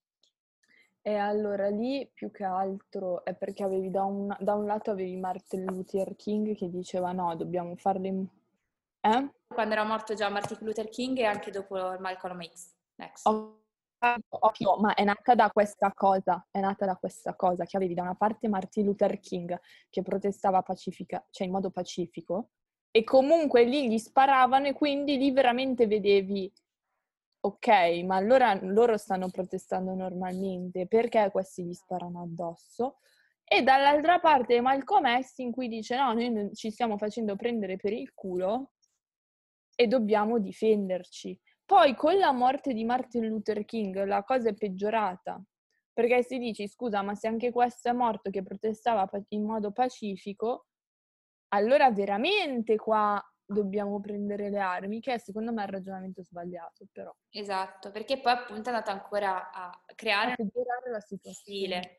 E allora lì più che altro è perché avevi da un, da un lato avevi Martin Luther King che diceva no, dobbiamo farle... Eh? Quando era morto già Martin Luther King e anche dopo Malcolm X. X. Occhio, ma è nata da questa cosa, è nata da questa cosa, che avevi da una parte Martin Luther King che protestava pacifica, cioè in modo pacifico, e comunque lì gli sparavano e quindi lì veramente vedevi, ok, ma allora loro stanno protestando normalmente, perché questi gli sparano addosso? E dall'altra parte Malcolm X in cui dice no, noi ci stiamo facendo prendere per il culo e dobbiamo difenderci. Poi con la morte di Martin Luther King la cosa è peggiorata, perché si dice scusa, ma se anche questo è morto che protestava in modo pacifico, allora veramente qua dobbiamo prendere le armi, che secondo me è il ragionamento sbagliato, però. Esatto, perché poi appunto è andata ancora a creare A peggiorare la situazione. stile.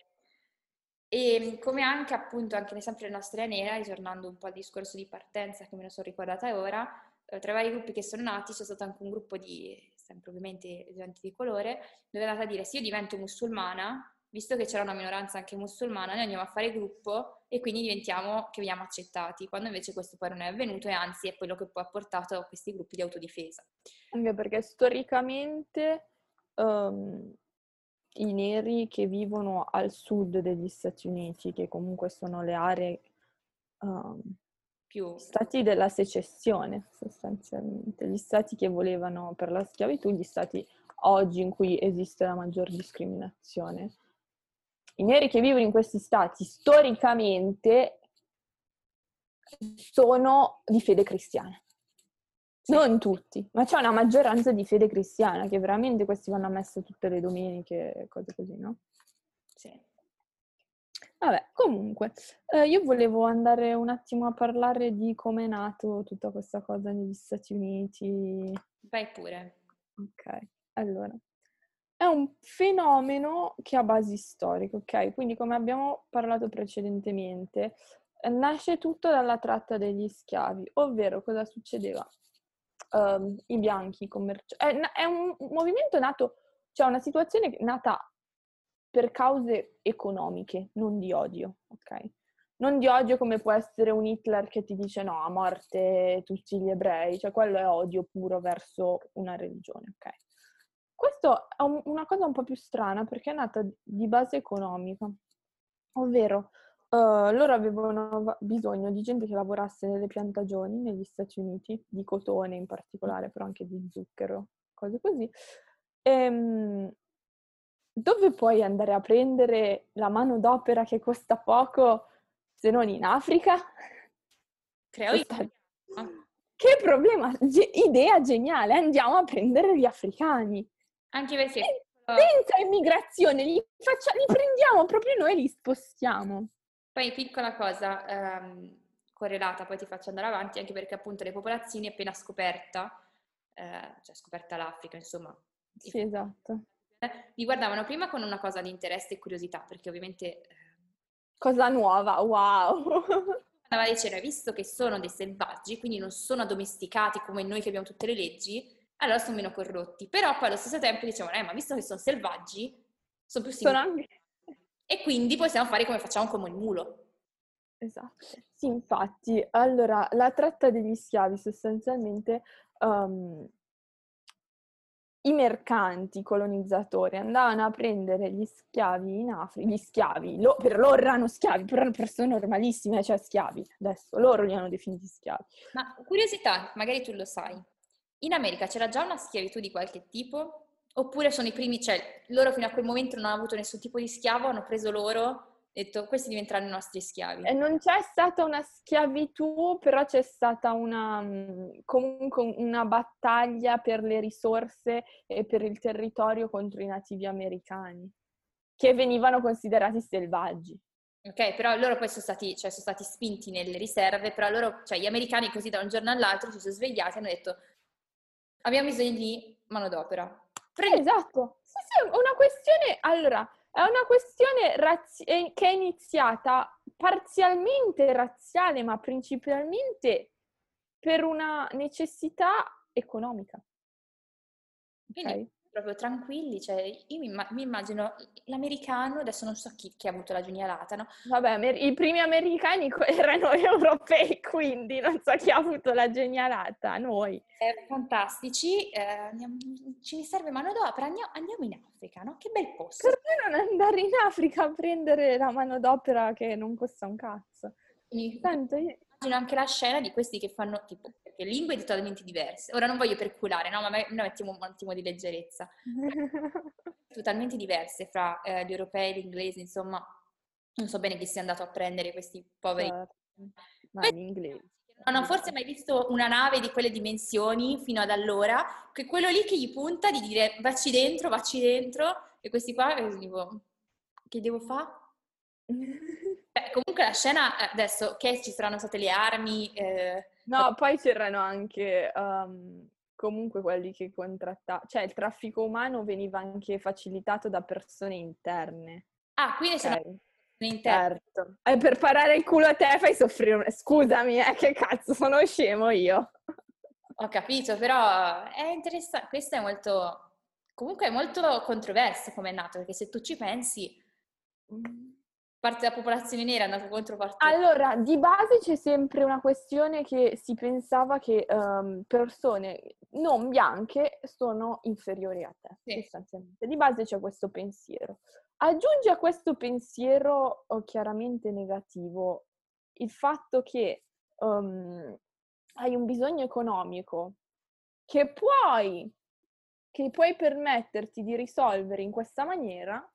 E come anche appunto anche sempre nella storia nera, ritornando un po' al discorso di partenza che me lo sono ricordata ora, eh, tra i vari gruppi che sono nati c'è stato anche un gruppo di, sempre ovviamente gente di colore, dove è andata a dire se io divento musulmana, visto che c'era una minoranza anche musulmana, noi andiamo a fare gruppo e quindi diventiamo che veniamo accettati, quando invece questo poi non è avvenuto e anzi è quello che poi ha portato a questi gruppi di autodifesa. Anche perché storicamente um, i neri che vivono al sud degli Stati Uniti, che comunque sono le aree, um, Più stati della secessione sostanzialmente, gli stati che volevano per la schiavitù, gli stati oggi in cui esiste la maggior discriminazione. I neri che vivono in questi stati storicamente sono di fede cristiana. Non tutti, ma c'è una maggioranza di fede cristiana che veramente questi vanno a messa tutte le domeniche, cose così, no? sì. Vabbè, comunque, eh, io volevo andare un attimo a parlare di come è nato tutta questa cosa negli Stati Uniti. Vai pure. Ok, allora, è un fenomeno che ha basi storiche, ok? Quindi come abbiamo parlato precedentemente, eh, nasce tutto dalla tratta degli schiavi, ovvero cosa succedeva? Um, I bianchi commerciali. È, è un movimento nato, cioè una situazione nata per cause economiche, non di odio, ok? Non di odio come può essere un Hitler che ti dice no, a morte tutti gli ebrei, cioè quello è odio puro verso una religione, ok? Questo è un, una cosa un po' più strana perché è nata di base economica, ovvero Uh, loro avevano va- bisogno di gente che lavorasse nelle piantagioni negli Stati Uniti, di cotone in particolare, però anche di zucchero, cose così. Ehm, dove puoi andare a prendere la manodopera che costa poco se non in Africa? Creo io. Sostanzi- Che problema! Ge- idea geniale! Andiamo a prendere gli africani. Anche perché E piccolo- senza immigrazione, li, faccia- li prendiamo proprio noi e li spostiamo. poi piccola cosa ehm, correlata, poi ti faccio andare avanti, anche perché appunto le popolazioni appena scoperta, eh, cioè scoperta l'Africa, insomma, Sì, esatto. li guardavano prima con una cosa di interesse e curiosità, perché ovviamente eh, Cosa nuova, wow! andava a dicere, visto che sono dei selvaggi, quindi non sono addomesticati come noi che abbiamo tutte le leggi, allora sono meno corrotti. Però poi allo stesso tempo dicevano, eh, ma visto che sono selvaggi, sono più Sono simili. anche... E quindi possiamo fare come facciamo con il mulo. Esatto. Sì, infatti, allora, la tratta degli schiavi sostanzialmente, um, i mercanti colonizzatori andavano a prendere gli schiavi in Africa, gli schiavi, lo, per loro erano schiavi, però erano persone normalissime, cioè schiavi, adesso loro li hanno definiti schiavi. Ma curiosità, magari tu lo sai, in America c'era già una schiavitù di qualche tipo? Oppure sono i primi, cioè loro fino a quel momento non hanno avuto nessun tipo di schiavo, hanno preso loro e detto questi diventeranno i nostri schiavi. E non c'è stata una schiavitù, però c'è stata una, comunque una battaglia per le risorse e per il territorio contro i nativi americani, che venivano considerati selvaggi. Ok, però loro poi sono stati, cioè, sono stati spinti nelle riserve, però loro, cioè gli americani così da un giorno all'altro si sono svegliati e hanno detto abbiamo bisogno di manodopera. Sì, Prendi. esatto. Sì, sì, è una questione, allora, è una questione razzi- eh, che è iniziata parzialmente razziale, ma principalmente per una necessità economica. Quindi Ok? proprio tranquilli, cioè io mi, imma- mi immagino l'americano, adesso non so chi, chi ha avuto la genialata, no? Vabbè, amer- i primi americani co- erano europei, quindi non so chi ha avuto la genialata, noi. Eh, fantastici, eh, andiamo- ci serve manodopera, andiamo, andiamo in Africa, no? Che bel posto. Perché non andare in Africa a prendere la manodopera che non costa un cazzo? Quindi, Sento, io... immagino anche la scena di questi che fanno tipo, perché lingue totalmente diverse. Ora non voglio perculare, no? Ma me- noi mettiamo un attimo di leggerezza. Totalmente diverse fra eh, gli europei, gli inglesi, insomma, non so bene chi sia andato a prendere questi poveri. Certo, ma in Questi inglese. non hanno forse mai visto una nave di quelle dimensioni fino ad allora, che quello lì che gli punta di dire vacci dentro, vacci dentro, e questi qua eh, tipo, che devo fare? Beh, comunque la scena, eh, adesso che ci saranno state le armi, eh, No, poi c'erano anche um, comunque quelli che contrattavano, cioè il traffico umano veniva anche facilitato da persone interne. ah, quindi c'erano Ok, all'interno. certo. E per parare il culo a te fai soffrire un... Scusami, eh, che cazzo, sono scemo io. Ho capito, però è interessante, questo è molto, comunque è molto controverso come è nato, perché se tu ci pensi, parte della popolazione nera è andata contro parte... Allora, di base c'è sempre una questione che si pensava che um, persone non bianche sono inferiori a te, Sì. sostanzialmente. Di base c'è questo pensiero. Aggiunge a questo pensiero oh, chiaramente negativo il fatto che um, hai un bisogno economico che puoi, che puoi permetterti di risolvere in questa maniera.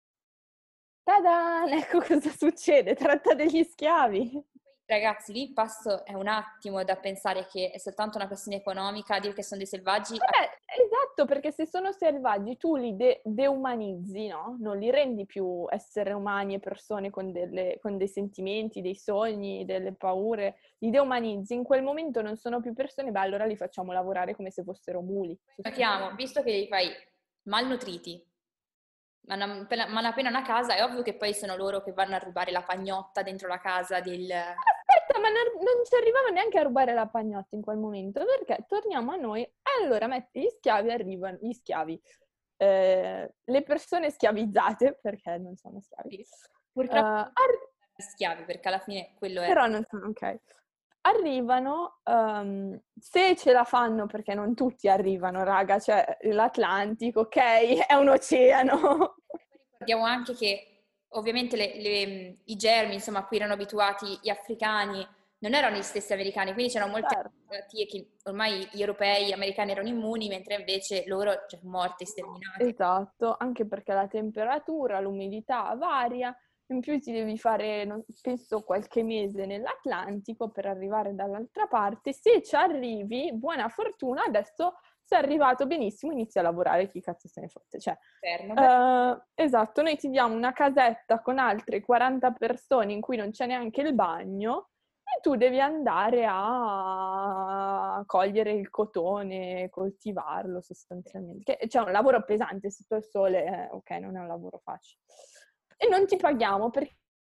Tada! Ecco cosa succede, tratta degli schiavi. Ragazzi, lì il passo è un attimo da pensare che è soltanto una questione economica, dire che sono dei selvaggi. Vabbè, esatto, perché se sono selvaggi tu li de- deumanizzi, no? Non li rendi più esseri umani e persone con, delle, con dei sentimenti, dei sogni, delle paure, li deumanizzi, in quel momento non sono più persone, beh allora li facciamo lavorare come se fossero muli. Notiamo, visto che li fai malnutriti, malapena una casa, è ovvio che poi sono loro che vanno a rubare la pagnotta dentro la casa del... Aspetta, ma non, non ci arrivava neanche a rubare la pagnotta in quel momento, perché torniamo a noi, allora metti gli schiavi, arrivano, gli schiavi, eh, le persone schiavizzate, perché non sono schiavi, Purtroppo uh, arri- schiavi, perché alla fine quello è... però non sono ok. Arrivano, um, se ce la fanno, perché non tutti arrivano, raga, cioè l'Atlantico, ok, è un oceano. Ricordiamo anche che ovviamente le, le, i germi, insomma, a cui erano abituati gli africani, non erano gli stessi americani, quindi c'erano molte Certo. malattie che ormai gli europei, gli americani erano immuni, mentre invece loro, cioè, morti, sterminati. Esatto, anche perché la temperatura, l'umidità varia, in più ti devi fare, non- penso, qualche mese nell'Atlantico per arrivare dall'altra parte. Se ci arrivi, buona fortuna, adesso sei arrivato benissimo, inizi a lavorare, chi cazzo se ne fotte. Cioè, Fermo, beh, eh, esatto, noi ti diamo una casetta con altre quaranta persone in cui non c'è neanche il bagno e tu devi andare a cogliere il cotone, coltivarlo sostanzialmente. Che, cioè, è un lavoro pesante sotto il sole, eh, ok, non è un lavoro facile. E non ti paghiamo perché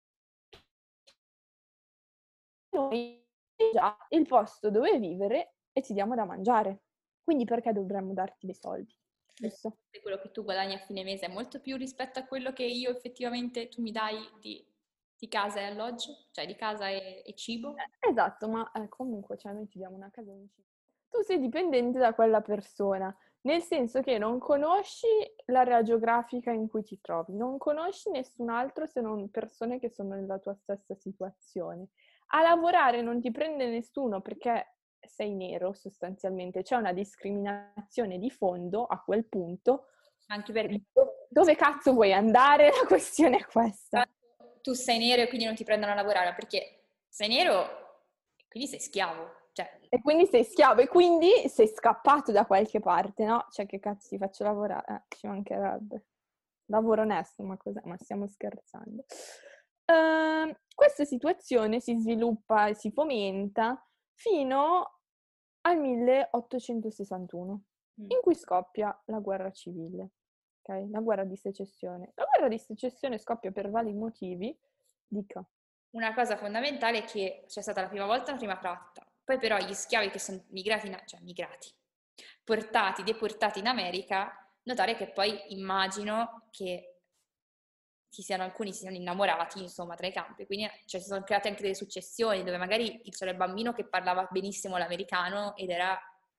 noi già il posto dove vivere e ti diamo da mangiare. Quindi perché dovremmo darti dei soldi? Giusto? quello che tu guadagni a fine mese è molto più rispetto a quello che io effettivamente tu mi dai di, di casa e alloggio, cioè di casa e, e cibo. Eh, esatto, ma eh, comunque cioè, noi ti diamo una casa in città. Tu sei dipendente da quella persona, nel senso che non conosci l'area geografica in cui ti trovi, non conosci nessun altro se non persone che sono nella tua stessa situazione. A lavorare non ti prende nessuno perché sei nero sostanzialmente, c'è una discriminazione di fondo a quel punto. Anche perché Dove cazzo vuoi andare? La questione è questa. tu sei nero e quindi non ti prendono a lavorare, perché sei nero e quindi sei schiavo. Cioè, E quindi sei schiavo e quindi sei scappato da qualche parte, no? Cioè, che cazzo ti faccio lavorare? Eh, ci mancherebbe. Lavoro onesto, ma cos'è? Ma stiamo scherzando. Ehm, questa situazione si sviluppa e si fomenta fino al milleottocentosessantuno, mm. in cui scoppia la guerra civile, ok? La guerra di secessione. La guerra di secessione scoppia per vari motivi. Dica. Una cosa fondamentale è che c'è stata la prima volta la prima tratta, poi però gli schiavi che sono migrati, in, cioè migrati, portati, deportati in America, notare che poi immagino che ci siano alcuni si siano innamorati, insomma, tra i campi, quindi cioè, si sono create anche delle successioni dove magari c'era il bambino che parlava benissimo l'americano ed era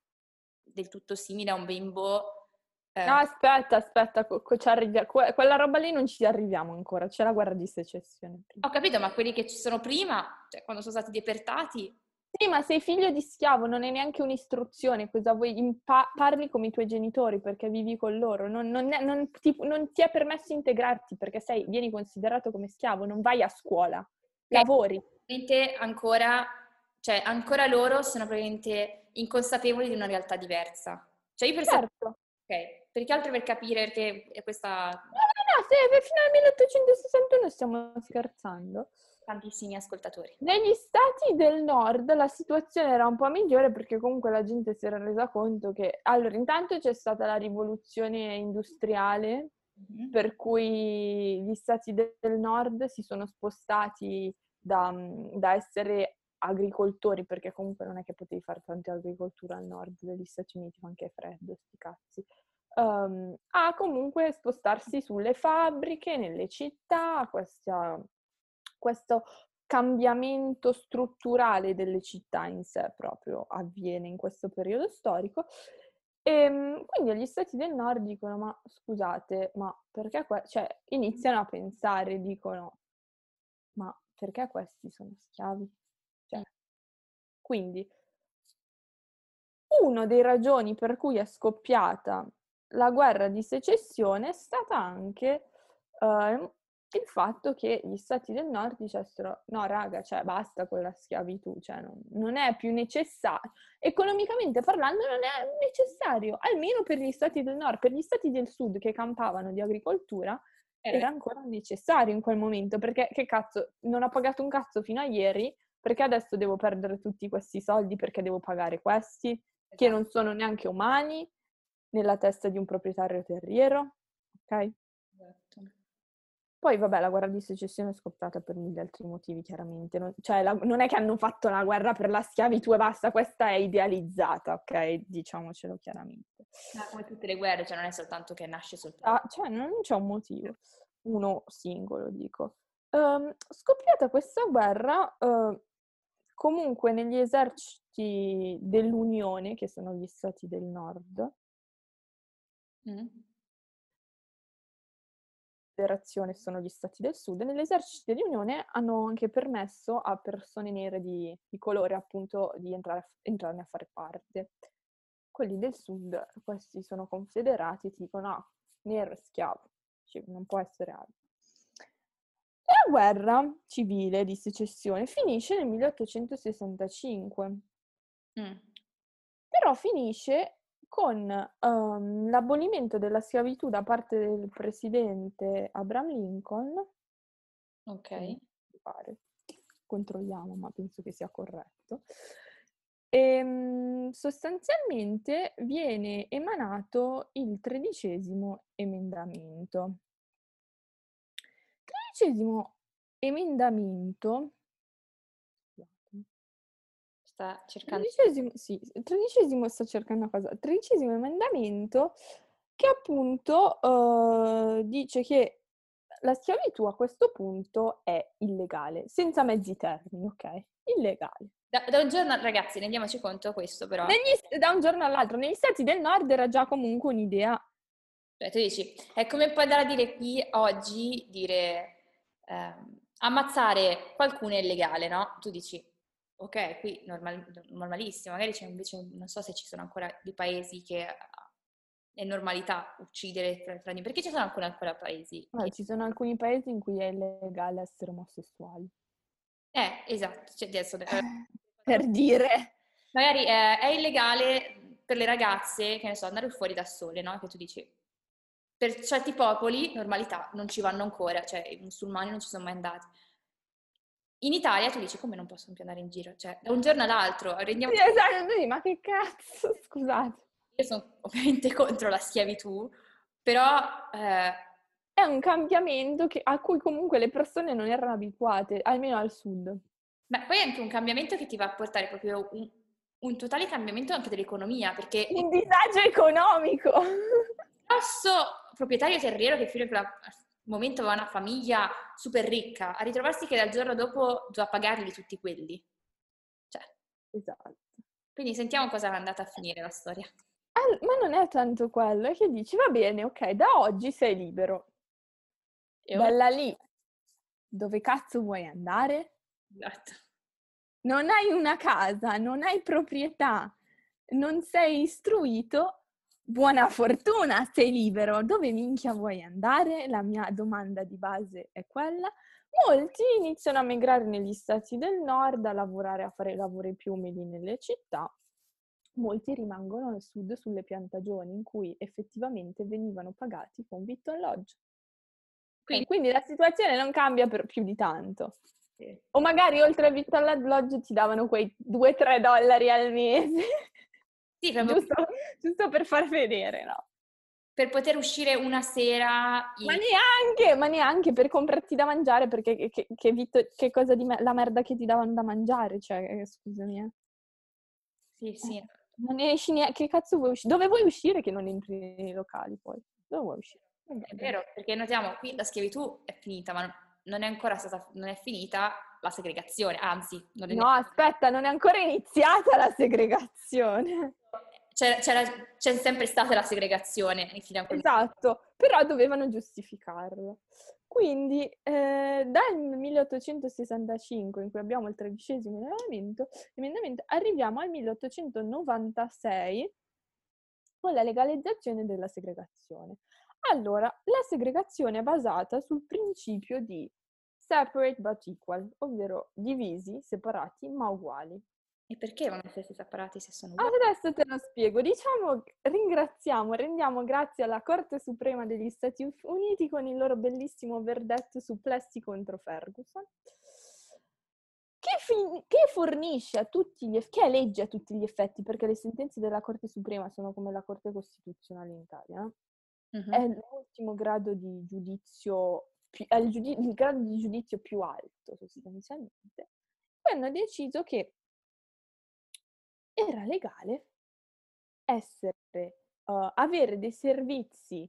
del tutto simile a un bimbo. No, eh, aspetta, aspetta, co- co- ci arrivi- que- quella roba lì non ci arriviamo ancora, c'è la guerra di secessione prima. Ho capito, ma quelli che ci sono prima, cioè quando sono stati deportati, Sì, ma sei figlio di schiavo, non è neanche un'istruzione, cosa vuoi? Impa- parli come i tuoi genitori perché vivi con loro, non, non è- non ti, non ti è permesso integrarti perché sei, vieni considerato come schiavo, non vai a scuola, che lavori. probabilmente ancora, cioè ancora loro sono probabilmente inconsapevoli di una realtà diversa. Cioè io per sapere, Certo. ok, perché altro per capire perché è questa No, no, no, se fino al milleottocentosessantuno stiamo scherzando. tantissimi ascoltatori. Negli stati del nord la situazione era un po' migliore perché comunque la gente si era resa conto che... Allora, intanto c'è stata la rivoluzione industriale, Mhm. per cui gli stati del nord si sono spostati da, da essere agricoltori, perché comunque non è che potevi fare tanta agricoltura al nord degli Stati Uniti, fa anche freddo, sti cazzi. Um, a comunque spostarsi sulle fabbriche, nelle città, questa, questo cambiamento strutturale delle città in sé proprio avviene in questo periodo storico. E quindi agli stati del nord dicono, ma scusate, ma perché, que-? Cioè, iniziano a pensare, dicono, ma perché questi sono schiavi? Cioè, Mm. quindi, una delle ragioni per cui è scoppiata la guerra di secessione è stata anche eh, il fatto che gli stati del nord dicessero no raga, cioè basta con la schiavitù, cioè non, non è più necessario, economicamente parlando non è necessario, almeno per gli stati del nord, per gli stati del sud che campavano di agricoltura Era era ancora necessario in quel momento, perché che cazzo, non ho pagato un cazzo fino a ieri, perché adesso devo perdere tutti questi soldi perché devo pagare questi, che esatto, non sono neanche umani, nella testa di un proprietario terriero, ok? esatto. Poi, vabbè, la guerra di secessione è scoppiata per mille altri motivi, chiaramente. Non, cioè, la- non è che hanno fatto la guerra per la schiavitù e basta, questa è idealizzata, ok? Diciamocelo chiaramente. Ma come tutte le guerre, cioè non è soltanto che nasce soltanto. Ah, cioè, non c'è un motivo, uno singolo, dico. Ehm, scoppiata questa guerra, eh, comunque negli eserciti dell'Unione, che sono gli stati del nord, Mm. Confederazione sono gli Stati del Sud, nell'esercito dell'Unione hanno anche permesso a persone nere di, di colore appunto di entrare a, entrarne a fare parte. Quelli del Sud, questi sono confederati, ti dicono ah, nero è schiavo, cioè, non può essere altro. La guerra civile di secessione finisce nel milleottocentosessantacinque, Mm. però finisce con um, l'abolimento della schiavitù da parte del presidente Abraham Lincoln. Ok. Mi pare. Controlliamo, ma penso che sia corretto. E, sostanzialmente viene emanato il tredicesimo emendamento. Tredicesimo emendamento. Sta cercando. Tredicesimo, sì, tredicesimo sta cercando una cosa. Tredicesimo emendamento che appunto uh, dice che la schiavitù a questo punto è illegale, senza mezzi termini, ok? Illegale. Da, da un giorno, ragazzi, rendiamoci conto questo però. Negli, da un giorno all'altro, negli stati del nord era già comunque un'idea. Cioè, tu dici, è come puoi andare a dire qui oggi, dire ehm, ammazzare qualcuno è illegale, no? Tu dici, ok, qui normal- normalissimo, magari c'è invece, non so se ci sono ancora dei paesi che è normalità uccidere tra, tra di perché ci sono ancora, ancora paesi Eh, che... ci sono alcuni paesi in cui è illegale essere omosessuali. Eh, esatto, cioè, adesso, eh, Per dire. magari eh, è illegale per le ragazze, che ne so, andare fuori da sole, no? Che tu dici, per certi popoli, normalità, non ci vanno ancora, cioè i musulmani non ci sono mai andati. In Italia tu dici, come non possono più andare in giro? Cioè, da un giorno all'altro, rendiamo... Sì, esatto, sì, ma che cazzo, scusate. Io sono ovviamente contro la schiavitù, però... Eh, È un cambiamento che- a cui comunque le persone non erano abituate, almeno al sud. ma poi è anche un cambiamento che ti va a portare proprio un, un totale cambiamento anche dell'economia, perché il Un disagio economico. grosso proprietario terriero che fino a quel momento aveva una famiglia super ricca, a ritrovarsi che dal giorno dopo doveva pagarli tutti quelli. Cioè, Esatto. quindi sentiamo cosa è andata a finire la storia. Al- ma non è tanto quello, è che dici, va bene, ok, da oggi sei libero. E ora? Bella lì, dove cazzo vuoi andare? Esatto. Non hai una casa, non hai proprietà, non sei istruito, buona fortuna, sei libero. Dove minchia vuoi andare? La mia domanda di base è quella. Molti iniziano a migrare negli stati del nord, a lavorare, a fare lavori più umili nelle città. Molti rimangono al sud sulle piantagioni in cui effettivamente venivano pagati con vitto e alloggio. Quindi, Ok, quindi la situazione non cambia per più di tanto. sì. O magari oltre al vitto alloggio ti davano quei due tre dollari al mese, Sì, proprio giusto, giusto per far vedere, no? per poter uscire una sera Ma in... neanche, ma neanche per comprarti da mangiare, perché che, che, che, vitto, che cosa di me- la merda che ti davano da mangiare, cioè, eh, scusami, eh. Sì, sì. Eh, non ne esci neanche, che cazzo vuoi uscire? Dove vuoi uscire che non entri nei locali poi? Dove vuoi uscire? È Vabbè. vero, perché notiamo qui la schiavitù è finita, ma non è ancora stata, non è finita la segregazione, anzi, non è No, neanche... aspetta, non è ancora iniziata la segregazione. C'era, c'era, c'è sempre stata la segregazione fino a quel momento. Esatto, però dovevano giustificarlo. Quindi eh, dal milleottocentosessantacinque, in cui abbiamo il tredicesimo emendamento, emendamento, arriviamo al milleottocentonovantasei con la legalizzazione della segregazione. Allora, la segregazione è basata sul principio di separate but equal, ovvero divisi, separati ma uguali. E perché devono essere separati se sono uguali? Adesso te lo spiego. Diciamo, ringraziamo, rendiamo grazie alla Corte Suprema degli Stati Uniti con il loro bellissimo verdetto su Plessy contro Ferguson, che, fi- che fornisce a tutti gli eff- che è legge a tutti gli effetti, perché le sentenze della Corte Suprema sono come la Corte Costituzionale in Italia, no? È Mhm. l'ultimo grado di giudizio, più, è il, giudi- il grado di giudizio più alto sostanzialmente. Poi hanno deciso che era legale essere, uh, avere dei servizi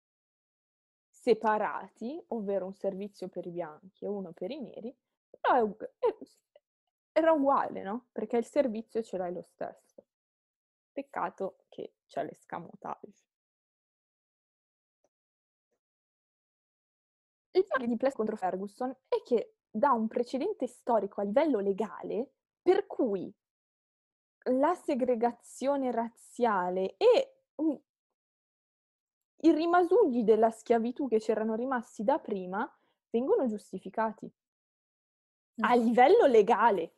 separati, ovvero un servizio per i bianchi e uno per i neri, però è ug- è- era uguale, no? Perché il servizio ce l'hai lo stesso. Peccato che c'è l'escamotage. Il fatto di Pless contro Ferguson è che dà un precedente storico a livello legale per cui la segregazione razziale e un i rimasugli della schiavitù che c'erano rimasti da prima vengono giustificati a Mh. livello legale.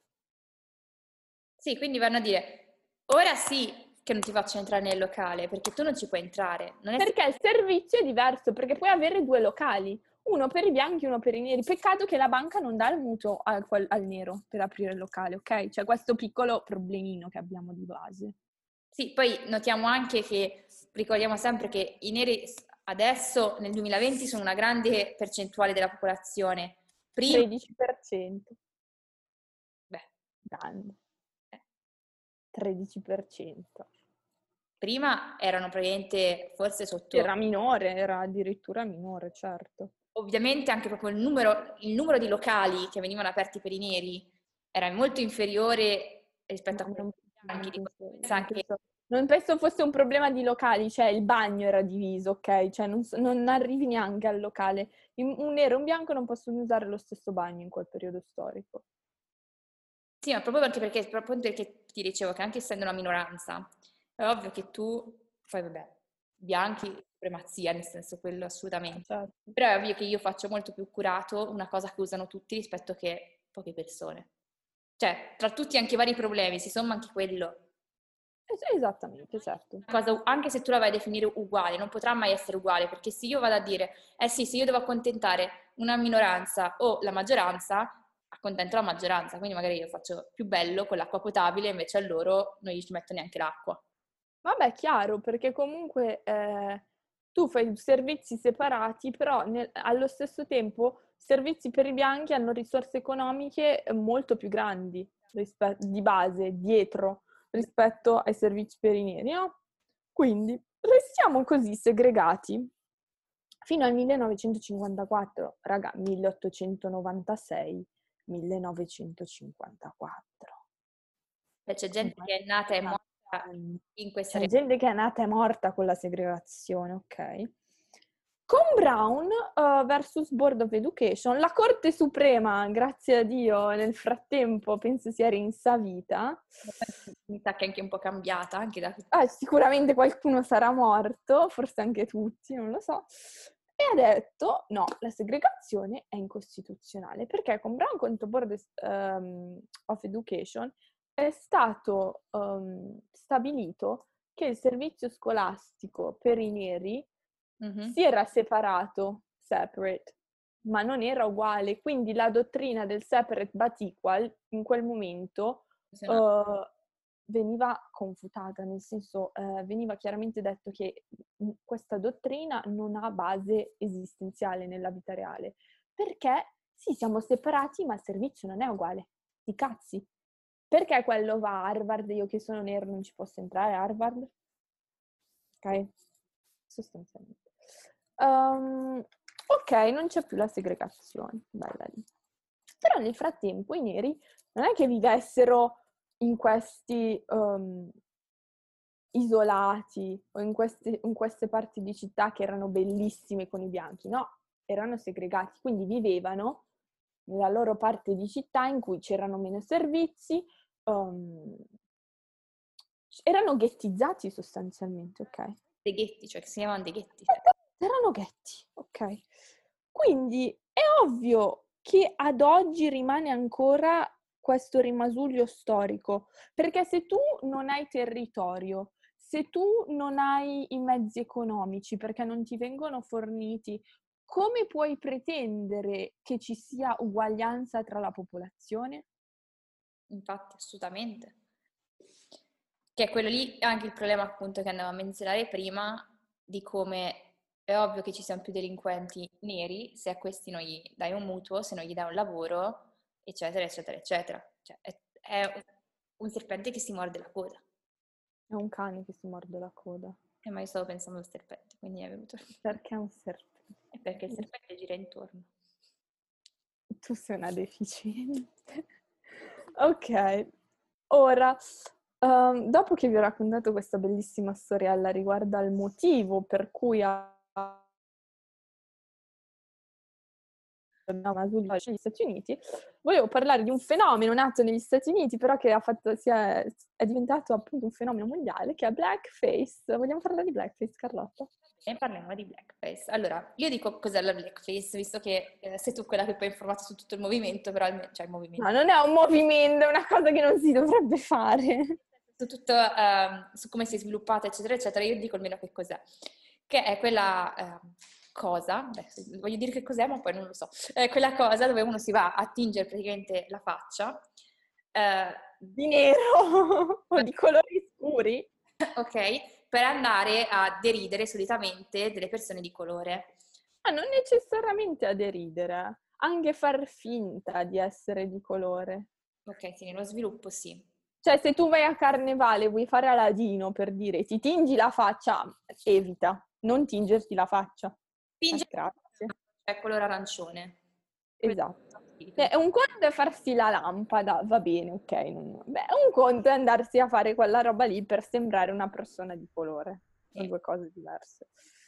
Sì, quindi vanno a dire: "Ora sì che non ti faccio entrare nel locale, perché tu non ci puoi entrare." Non è se Perché il servizio è diverso, perché puoi avere due locali, uno per i bianchi e uno per i neri. Peccato che la banca non dà il mutuo al, quel- al nero per aprire il locale, ok? C'è questo piccolo problemino che abbiamo di base. Sì, poi notiamo anche che ricordiamo sempre che i neri s adesso nel duemilaventi sono una grande percentuale della popolazione. Prima tredici per cento. beh, Grande. eh, tredici per cento. prima erano praticamente forse sotto Era minore, era addirittura minore, certo. ovviamente anche proprio il numero il numero di locali che venivano aperti per i neri era molto inferiore rispetto Ma a quelli non, bianchi, non di penso, conseguenza non anche penso- non penso fosse un problema di locali, cioè il bagno era diviso, ok? Cioè non, so- non arrivi neanche al locale. In- Un nero e un bianco non possono usare lo stesso bagno in quel periodo storico. sì, ma proprio perché, perché, proprio perché ti dicevo che anche essendo una minoranza, è ovvio che tu, poi vabbè, bianchi, supremazia, nel senso quello Ah, assolutamente. certo. Però è ovvio che io faccio molto più curato una cosa che usano tutti rispetto che poche persone. Cioè, tra tutti anche i vari problemi, si somma anche quello. Es- Esattamente, certo. Una cosa, anche se tu la vai a definire uguale, non potrà mai essere uguale, perché se io vado a dire, eh sì, se io devo accontentare una minoranza o la maggioranza, accontento la maggioranza, quindi magari io faccio più bello con l'acqua potabile, invece a loro non gli ci metto neanche l'acqua. Vabbè, chiaro, perché comunque eh, tu fai servizi separati, però nel- allo stesso tempo servizi per i bianchi hanno risorse economiche eh, molto più grandi rispe- di base, dietro, rispetto ai servizi per i neri, no? Quindi restiamo così segregati fino al millenovecentocinquantaquattro, raga, milleottocentonovantasei, millenovecentocinquantaquattro. Cioè, c'è gente che è nata e è cinquanta morta anni. in questa C'è realtà. gente che è nata e morta con la segregazione, ok? Con Brown uh, versus Board of Education, la Corte Suprema, grazie a Dio, nel frattempo penso sia rinsavita. Mi sa che è anche un po' cambiata, anche da Ah, sicuramente qualcuno sarà morto, forse anche tutti, non lo so. E ha detto, no, la segregazione è incostituzionale, perché con Brown contro Board um, of Education è stato um, stabilito che il servizio scolastico per i neri Mhm. si era separato, separate, ma non era uguale. Quindi la dottrina del separate but equal in quel momento uh, veniva confutata, nel senso eh, veniva chiaramente detto che questa dottrina non ha base esistenziale nella vita reale, perché sì, siamo separati, ma il servizio non è uguale. Di cazzi. Perché quello va a Harvard e io che sono nero non ci posso entrare a Harvard? Ok? Sostanzialmente. Um, ok, non c'è più la segregazione. Bella lì. Però nel frattempo i neri non è che vivessero in questi um, isolati o in queste, in queste parti di città che erano bellissime con i bianchi, no, erano segregati, quindi vivevano nella loro parte di città in cui c'erano meno servizi, um, erano ghettizzati sostanzialmente, ok? dei ghetti, cioè che si chiamano dei ghetti. Erano ghetti, ok? Quindi è ovvio che ad oggi rimane ancora questo rimasuglio storico, perché se tu non hai territorio, se tu non hai i mezzi economici perché non ti vengono forniti, come puoi pretendere che ci sia uguaglianza tra la popolazione? Infatti, assolutamente. Che è quello lì, è anche il problema appunto che andavo a menzionare prima, di come è ovvio che ci siano più delinquenti neri se a questi non gli dai un mutuo, se non gli dai un lavoro, eccetera, eccetera, eccetera. Cioè, è, è un serpente che si morde la coda. È un cane che si morde la coda. E ma io stavo pensando al serpente, quindi è venuto. Perché è un serpente? È perché il serpente gira intorno. Tu sei una deficiente. Ok, ora, um, dopo che vi ho raccontato questa bellissima storiella riguardo al motivo per cui ha negli Stati Uniti, volevo parlare di un fenomeno nato negli Stati Uniti, però che ha fatto, si è, è diventato appunto un fenomeno mondiale, che è blackface. Vogliamo parlare di blackface, Carlotta? E parliamo di blackface. Allora, io dico cos'è la blackface, visto che eh, sei tu quella che poi è informata su tutto il movimento, però almeno, cioè il movimento. No, non è un movimento, è una cosa che non si dovrebbe fare. Su tutto, ehm, su come si è sviluppata, eccetera, eccetera, io dico almeno che cos'è. Che è quella ehm, cosa, beh, voglio dire che cos'è, ma poi non lo so, è quella cosa dove uno si va a tingere praticamente la faccia. Eh, Di nero o di colori scuri. ok, per andare a deridere solitamente delle persone di colore. Ma non necessariamente a deridere, anche far finta di essere di colore. Ok, sì, nello sviluppo sì. Cioè, se tu vai a carnevale e vuoi fare Aladino, per dire, ti tingi la faccia, evita, non tingerti la faccia. Tinge Ah, grazie. è colore arancione. Esatto. Cioè, un conto è farsi la lampada, va bene, ok. Non... Beh, un conto è andarsi a fare quella roba lì per sembrare una persona di colore. Sono Sì. due cose diverse.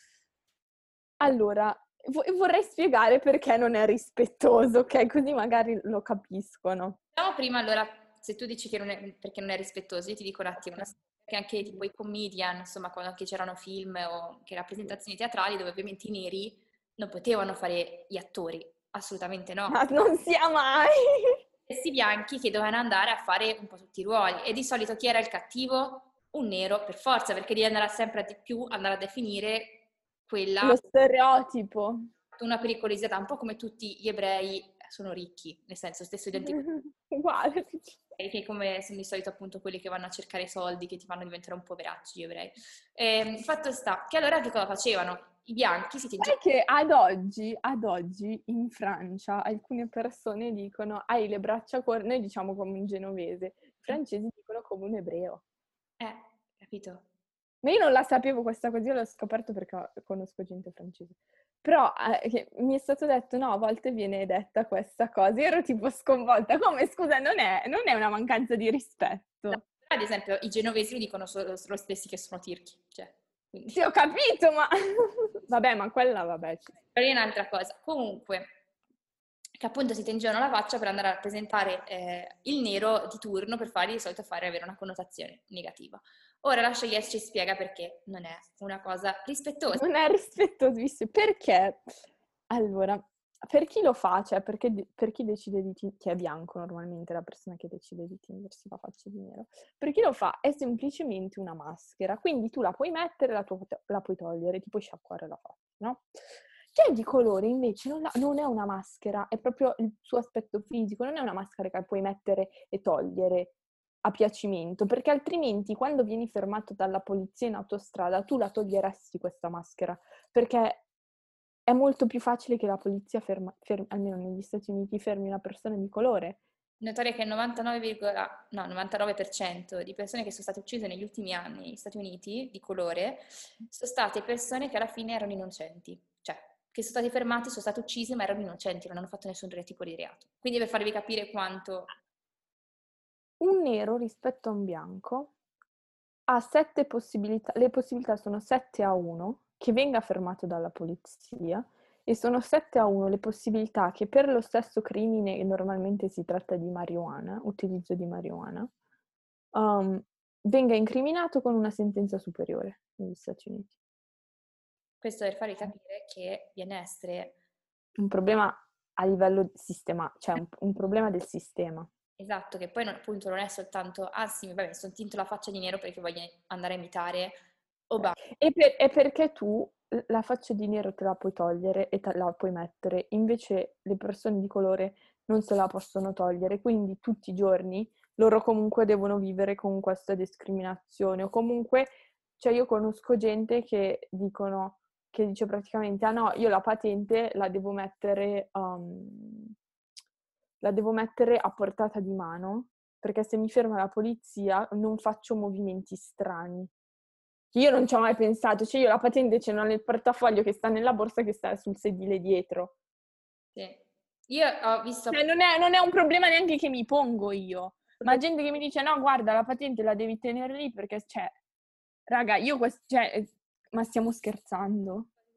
Allora, vo- vorrei spiegare perché non è rispettoso, ok? Così magari lo capiscono. Diciamo prima allora, se tu dici che non è, perché non è rispettoso, io ti dico un attimo, una- che anche tipo i comedian, insomma, quando anche c'erano film o che rappresentazioni teatrali dove ovviamente i neri non potevano fare gli attori, assolutamente no. Ma non sia mai! Questi bianchi che dovevano andare a fare un po' tutti i ruoli e di solito chi era il cattivo? Un nero per forza, perché devi andare sempre di più andare a definire quella Lo stereotipo. una pericolosità, un po' come tutti gli ebrei sono ricchi, nel senso stesso identico. Uguale. Che come sono di solito appunto quelli che vanno a cercare soldi, che ti fanno diventare un poveracci, gli ebrei. E, fatto sta che allora che cosa facevano? I bianchi si tingevano. Sai che ad oggi, ad oggi in Francia alcune persone dicono hai le braccia corte, noi diciamo come un genovese, i francesi dicono come un ebreo. Eh, capito? Ma io non la sapevo questa cosa, io l'ho scoperto perché conosco gente francese. Però eh, mi è stato detto, no, a volte viene detta questa cosa. Io ero tipo sconvolta. Come, scusa, non è, non è una mancanza di rispetto. No, ad esempio, i genovesi lo dicono solo, solo stessi che sono tirchi, cioè, quindi. Sì, ho capito, ma... vabbè, ma quella, vabbè. Però è un'altra cosa. Comunque, che appunto si tingevano la faccia per andare a rappresentare eh, il nero di turno per fargli di solito fare avere una connotazione negativa. Ora la Yes ci spiega perché non è una cosa rispettosa. Non è rispettosissimo. Perché? Allora, per chi lo fa, cioè perché, per chi decide di tingersi, che è bianco normalmente la persona che decide di tingersi la faccia di nero, per chi lo fa è semplicemente una maschera, quindi tu la puoi mettere, la, tua, la puoi togliere, ti puoi sciacquare la faccia, no? Chi è di colore invece non, la, non è una maschera, è proprio il suo aspetto fisico, non è una maschera che puoi mettere e togliere a piacimento, perché altrimenti quando vieni fermato dalla polizia in autostrada tu la toglieresti questa maschera, perché è molto più facile che la polizia ferma, fermi, almeno negli Stati Uniti, fermi una persona di colore. Notare che il novantanove, no, novantanove per cento di persone che sono state uccise negli ultimi anni negli Stati Uniti di colore sono state persone che alla fine erano innocenti, cioè che sono stati fermati, sono stati uccisi ma erano innocenti, non hanno fatto nessun tipo di reato. Quindi per farvi capire quanto... Un nero rispetto a un bianco ha sette possibilità, le possibilità sono sette a uno che venga fermato dalla polizia e sono sette a uno le possibilità che per lo stesso crimine, normalmente si tratta di marijuana, utilizzo di marijuana, um, venga incriminato con una sentenza superiore negli Stati Uniti. Questo per farvi capire che viene a essere... Un problema a livello sistema, cioè un, un problema del sistema. Esatto, che poi non, appunto non è soltanto, ah sì, vabbè, mi sono tinto la faccia di nero perché voglio andare a imitare Obama. E, per, e perché tu la faccia di nero te la puoi togliere e te la puoi mettere, invece le persone di colore non se la possono togliere, quindi tutti i giorni loro comunque devono vivere con questa discriminazione, o comunque, cioè io conosco gente che dicono, che dice praticamente, ah no, io la patente la devo mettere, um, la devo mettere a portata di mano, perché se mi ferma la polizia non faccio movimenti strani. Io non ci ho mai pensato, cioè io la patente ce l'ho nel portafoglio che sta nella borsa che sta sul sedile dietro. Sì. Io ho visto... Cioè non è, non è un problema neanche che mi pongo io, ma gente che mi dice no guarda la patente la devi tenere lì perché, cioè, raga, io questo, cioè, ma stiamo scherzando?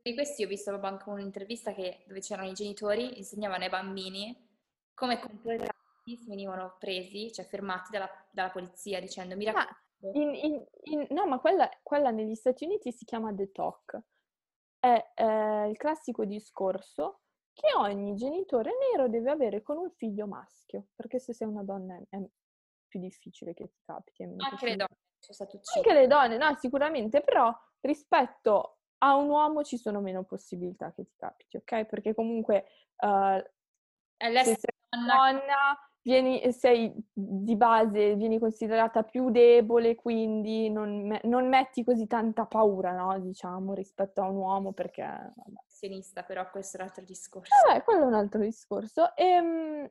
Di questi ho visto proprio anche un'intervista che, dove c'erano i genitori, insegnavano ai bambini come comportarsi se venivano presi, cioè fermati dalla, dalla polizia dicendo mi Ma raccomando. in, in- in- no, ma quella, quella negli Stati Uniti si chiama The Talk. È eh, il classico discorso che ogni genitore nero deve avere con un figlio maschio, perché se sei una donna è, è più difficile che ti capiti, è meno Anche le possibile. donne sono state uccise. Anche le donne, no, sicuramente, però rispetto a un uomo ci sono meno possibilità che ti capiti, ok? Perché comunque eh, È se l'essere sei donna. donna vieni, sei di base, vieni considerata più debole, quindi non, me- non metti così tanta paura, no? Diciamo, rispetto a un uomo, perché... Vabbè. Sionista, però questo è un altro discorso. Vabbè, quello è un altro discorso. Ehm,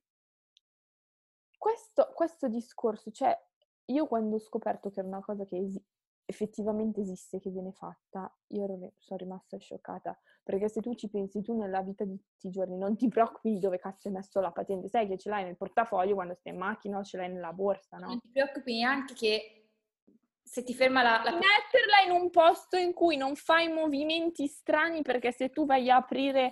questo, questo discorso, cioè, io quando ho scoperto che era una cosa che esi- effettivamente esiste, che viene fatta, io ero- sono rimasta scioccata. Perché se tu ci pensi, tu nella vita di tutti i giorni non ti preoccupi di dove cazzo hai messo la patente, sai che ce l'hai nel portafoglio quando stai in macchina o ce l'hai nella borsa, Non no? ti preoccupi neanche che se ti ferma la, la Di metterla in un posto in cui non fai movimenti strani, perché se tu vai a aprire,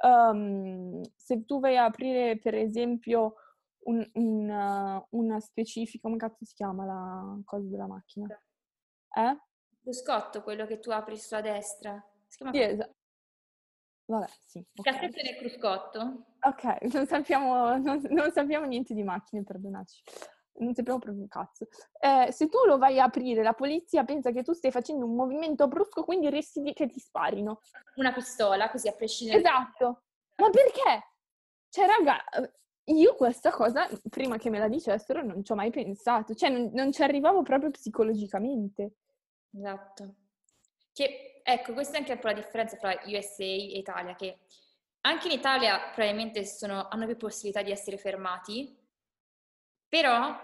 um, se tu vai a aprire per esempio un, una, una specifica, come cazzo si chiama la cosa della macchina? Eh? cruscotto, quello che tu apri sulla destra. Si chiama Sì, cruscotto. esatto. Vabbè, sì, Il ok. cassetto nel cruscotto. Ok, non sappiamo, non, non sappiamo niente di macchine, perdonacci. Non sappiamo proprio un cazzo. Eh, se tu lo vai a aprire, la polizia pensa che tu stai facendo un movimento brusco, quindi rischi di- che ti sparino. Una pistola, così a prescindere Esatto. da... Ma perché? Cioè, raga, io questa cosa, prima che me la dicessero, non ci ho mai pensato. Cioè, non, non ci arrivavo proprio psicologicamente. Esatto. Che, ecco, questa è anche un po' la differenza tra U S A e Italia, che anche in Italia probabilmente sono- hanno più possibilità di essere fermati, però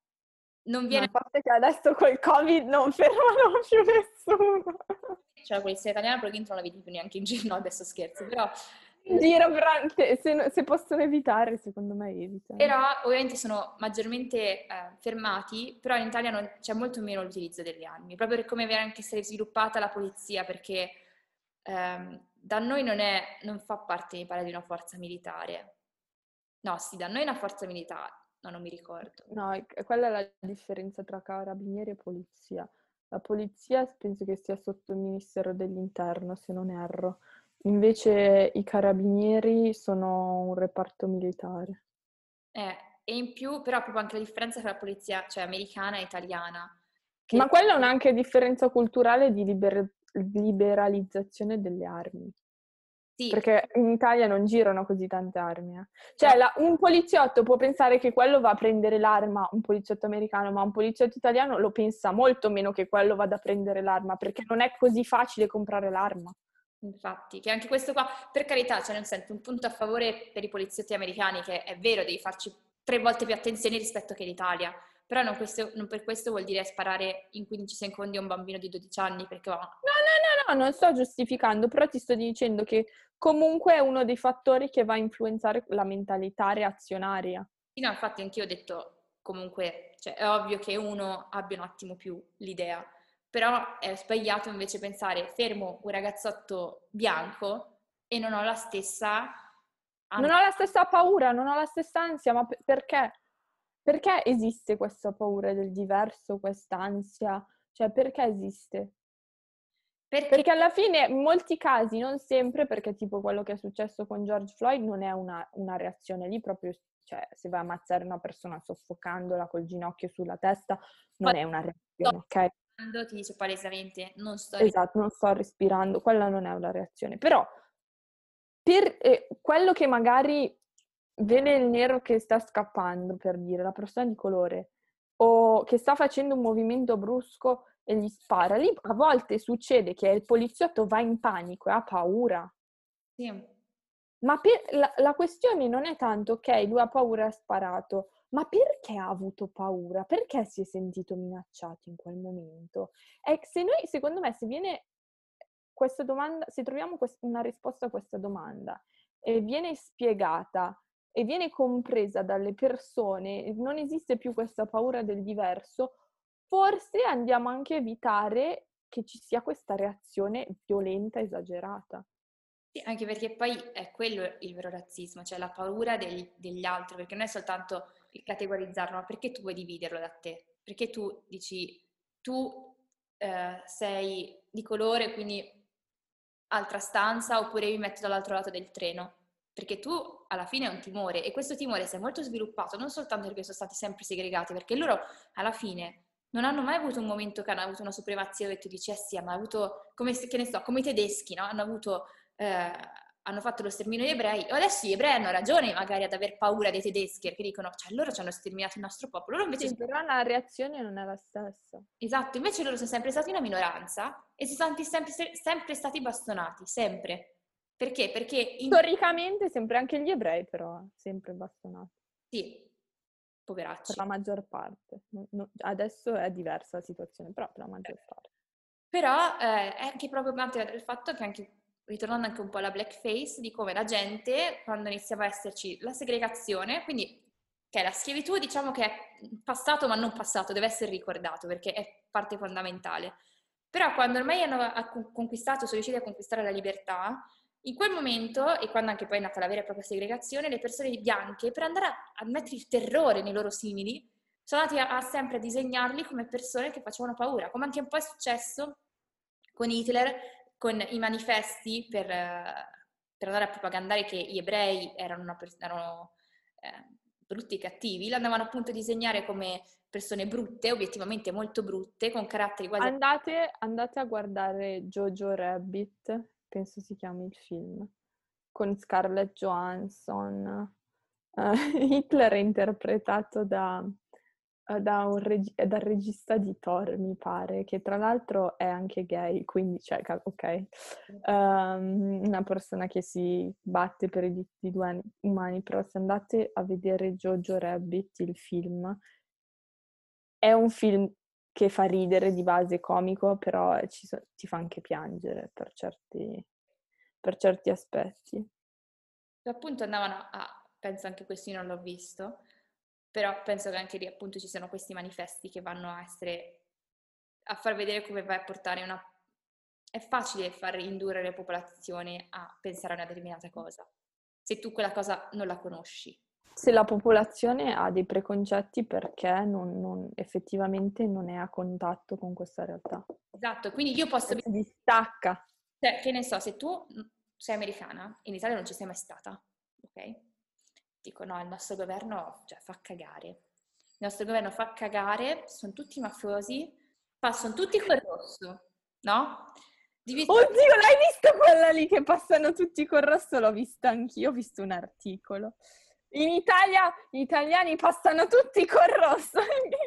non No, a viene... parte che adesso col Covid non fermano più nessuno. Cioè la polizia italiana probabilmente non la vedi più neanche in giro, no, adesso scherzo, però... In giro, però, se, se- se possono evitare, secondo me evitano. Però ovviamente sono maggiormente eh, fermati, però in Italia non- c'è molto meno l'utilizzo delle armi, proprio per come viene anche essere sviluppata la polizia, perché ehm, da noi non, è, non fa parte, mi pare, di una forza militare. No, sì, da noi è una forza militare, no, non mi ricordo. No, è- quella è la differenza tra carabinieri e polizia. La polizia penso che sia sotto il Ministero dell'Interno, se non erro. Invece i carabinieri sono un reparto militare. Eh, e in più, però, proprio anche la differenza tra la polizia, cioè americana e italiana, Ma che quella è una anche differenza culturale di liber- liberalizzazione delle armi. sì, Perché in Italia non girano così tante armi. eh. no, Cioè, la- un poliziotto può pensare che quello va a prendere l'arma, un poliziotto americano, ma un poliziotto italiano lo pensa molto meno che quello vada a prendere l'arma, perché non è così facile comprare l'arma. infatti, che anche questo qua, per carità, cioè nel senso, un punto a favore per i poliziotti americani, che è vero, devi farci tre volte più attenzione rispetto che l'Italia, però non, questo- non per questo vuol dire sparare in quindici secondi a un bambino di dodici anni, perché va... No, no, no, no, non sto giustificando, però ti sto dicendo che comunque è uno dei fattori che va a influenzare la mentalità reazionaria. Sì, no, infatti anch'io ho detto, comunque, cioè, è ovvio che uno abbia un attimo più l'idea, però è sbagliato invece pensare, fermo un ragazzotto bianco e non ho la stessa... Non ho la stessa paura, non ho la stessa ansia, ma pe- perché? Perché esiste questa paura del diverso, quest'ansia? Cioè, perché esiste? Perché Perché alla fine, in molti casi, non sempre, perché tipo quello che è successo con George Floyd non è una, una reazione lì, proprio, cioè, se vai a ammazzare una persona soffocandola col ginocchio sulla testa, non è una sto reazione, ok? respirando, ti dice palesemente, non sto respirando. Esatto, non sto respirando, quella non è una reazione. Però, per eh, quello che magari vede il nero che sta scappando, per dire, la persona di colore, o che sta facendo un movimento brusco e gli spara, lì a volte succede che il poliziotto va in panico e ha paura. Sì. Ma per, la, la questione non è tanto, ok, lui ha paura e ha sparato, ma perché ha avuto paura? Perché si è sentito minacciato in quel momento? E se noi, secondo me, se viene questa domanda, se troviamo quest- una risposta a questa domanda e viene spiegata e viene compresa dalle persone, non esiste più questa paura del diverso, forse andiamo anche a evitare che ci sia questa reazione violenta, esagerata. Sì, anche perché poi è quello il vero razzismo, cioè la paura degli, degli altri, perché non è soltanto il categorizzarlo, ma perché tu vuoi dividerlo da te? Perché tu dici, tu eh, sei di colore, quindi altra stanza, oppure mi metto dall'altro lato del treno? Perché tu alla fine hai un timore e questo timore si è molto sviluppato, non soltanto perché sono stati sempre segregati, perché loro alla fine non hanno mai avuto un momento che hanno avuto una supremazia dove tu dici, eh sì, hanno avuto, come, che ne so, come i tedeschi, no? Hanno avuto, eh, hanno fatto lo sterminio degli ebrei, e adesso gli ebrei hanno ragione magari ad aver paura dei tedeschi, perché dicono, cioè loro ci hanno sterminato il nostro popolo, loro invece... Sì, però la reazione non è la stessa. Esatto, invece loro sono sempre stati una minoranza e sono stati sempre, sempre stati bastonati, sempre. Perché? Perché in... Storicamente sempre anche gli ebrei però, sempre bastonati. Sì, Per poveracci. la maggior parte. No, no, adesso è diversa la situazione, però per la maggior parte. Però eh, è anche problematica del fatto che anche, ritornando anche un po' alla blackface, di come la gente, quando iniziava a esserci la segregazione, quindi che è la schiavitù, diciamo che è passato ma non passato, deve essere ricordato perché è parte fondamentale. Però quando ormai hanno conquistato, sono riusciti a conquistare la libertà, in quel momento, e quando anche poi è nata la vera e propria segregazione, le persone bianche, per andare a, a mettere il terrore nei loro simili, sono andati a, a sempre a disegnarli come persone che facevano paura, come anche un po' è successo con Hitler, con i manifesti per, eh, per andare a propagandare che gli ebrei erano, una pers- erano eh, brutti e cattivi, l'andavano appunto a disegnare come persone brutte, obiettivamente molto brutte, con caratteri quasi... Andate, andate a guardare Jojo Rabbit, penso si chiami il film, con Scarlett Johansson. Uh, Hitler è interpretato da, uh, da un regi- dal regista di Thor, mi pare, che tra l'altro è anche gay, quindi, cioè, ok. Um, una persona che si batte per i diritti umani, però se andate a vedere Jojo Rabbit, il film, è un film che fa ridere di base comico, però ci so- ti fa anche piangere per certi, per certi aspetti. Appunto andavano a, penso anche questo io non l'ho visto, però penso che anche lì appunto ci siano questi manifesti che vanno a essere, a far vedere come vai a portare una... È facile far indurre le popolazioni a pensare a una determinata cosa, se tu quella cosa non la conosci. Se la popolazione ha dei preconcetti perché non, non- effettivamente non è a contatto con questa realtà. Esatto, quindi io posso... E si distacca. Cioè, che ne so, se tu sei americana, in Italia non ci sei mai stata, ok? Dico no, il nostro governo, cioè, fa cagare. Il nostro governo fa cagare, sono tutti mafiosi, passano tutti col rosso, no? Divi- Oddio, l'hai visto quella lì che passano tutti col rosso? L'ho vista anch'io, ho visto un articolo. In Italia gli italiani passano tutti col rosso.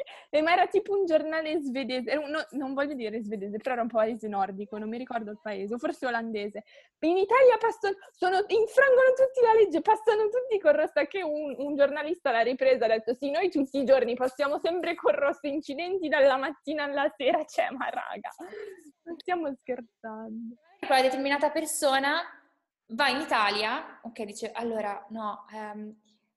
E ma era tipo un giornale svedese, no, non voglio dire svedese, però era un paese nordico, non mi ricordo il paese, o forse olandese. In Italia passano, sono, infrangono tutti la legge, passano tutti col rosso, che un, un giornalista l'ha ripresa, ha detto sì, noi tutti i giorni passiamo sempre col rosso, incidenti dalla mattina alla sera, cioè, ma raga, non stiamo scherzando. Quella determinata persona va in Italia, ok, dice allora no, ehm,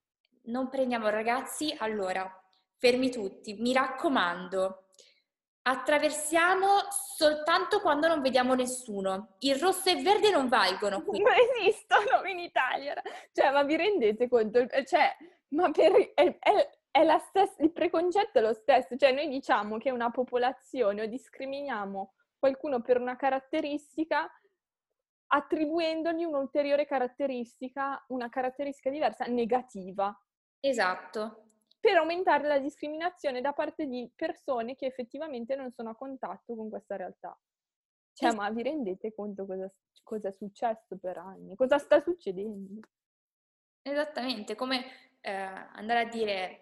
non prendiamo ragazzi, allora fermi tutti, mi raccomando, attraversiamo soltanto quando non vediamo nessuno. Il rosso e il verde non valgono qui. Non esistono in Italia. Cioè, ma vi rendete conto? Cioè, ma per, è, è, è la stessa, il preconcetto è lo stesso. Cioè, noi diciamo che una popolazione o discriminiamo qualcuno per una caratteristica attribuendogli un'ulteriore caratteristica, una caratteristica diversa, negativa, Esatto. per aumentare la discriminazione da parte di persone che effettivamente non sono a contatto con questa realtà. Cioè, Es- ma vi rendete conto cosa, cosa è successo per anni? Cosa sta succedendo? Esattamente, come eh, andare a dire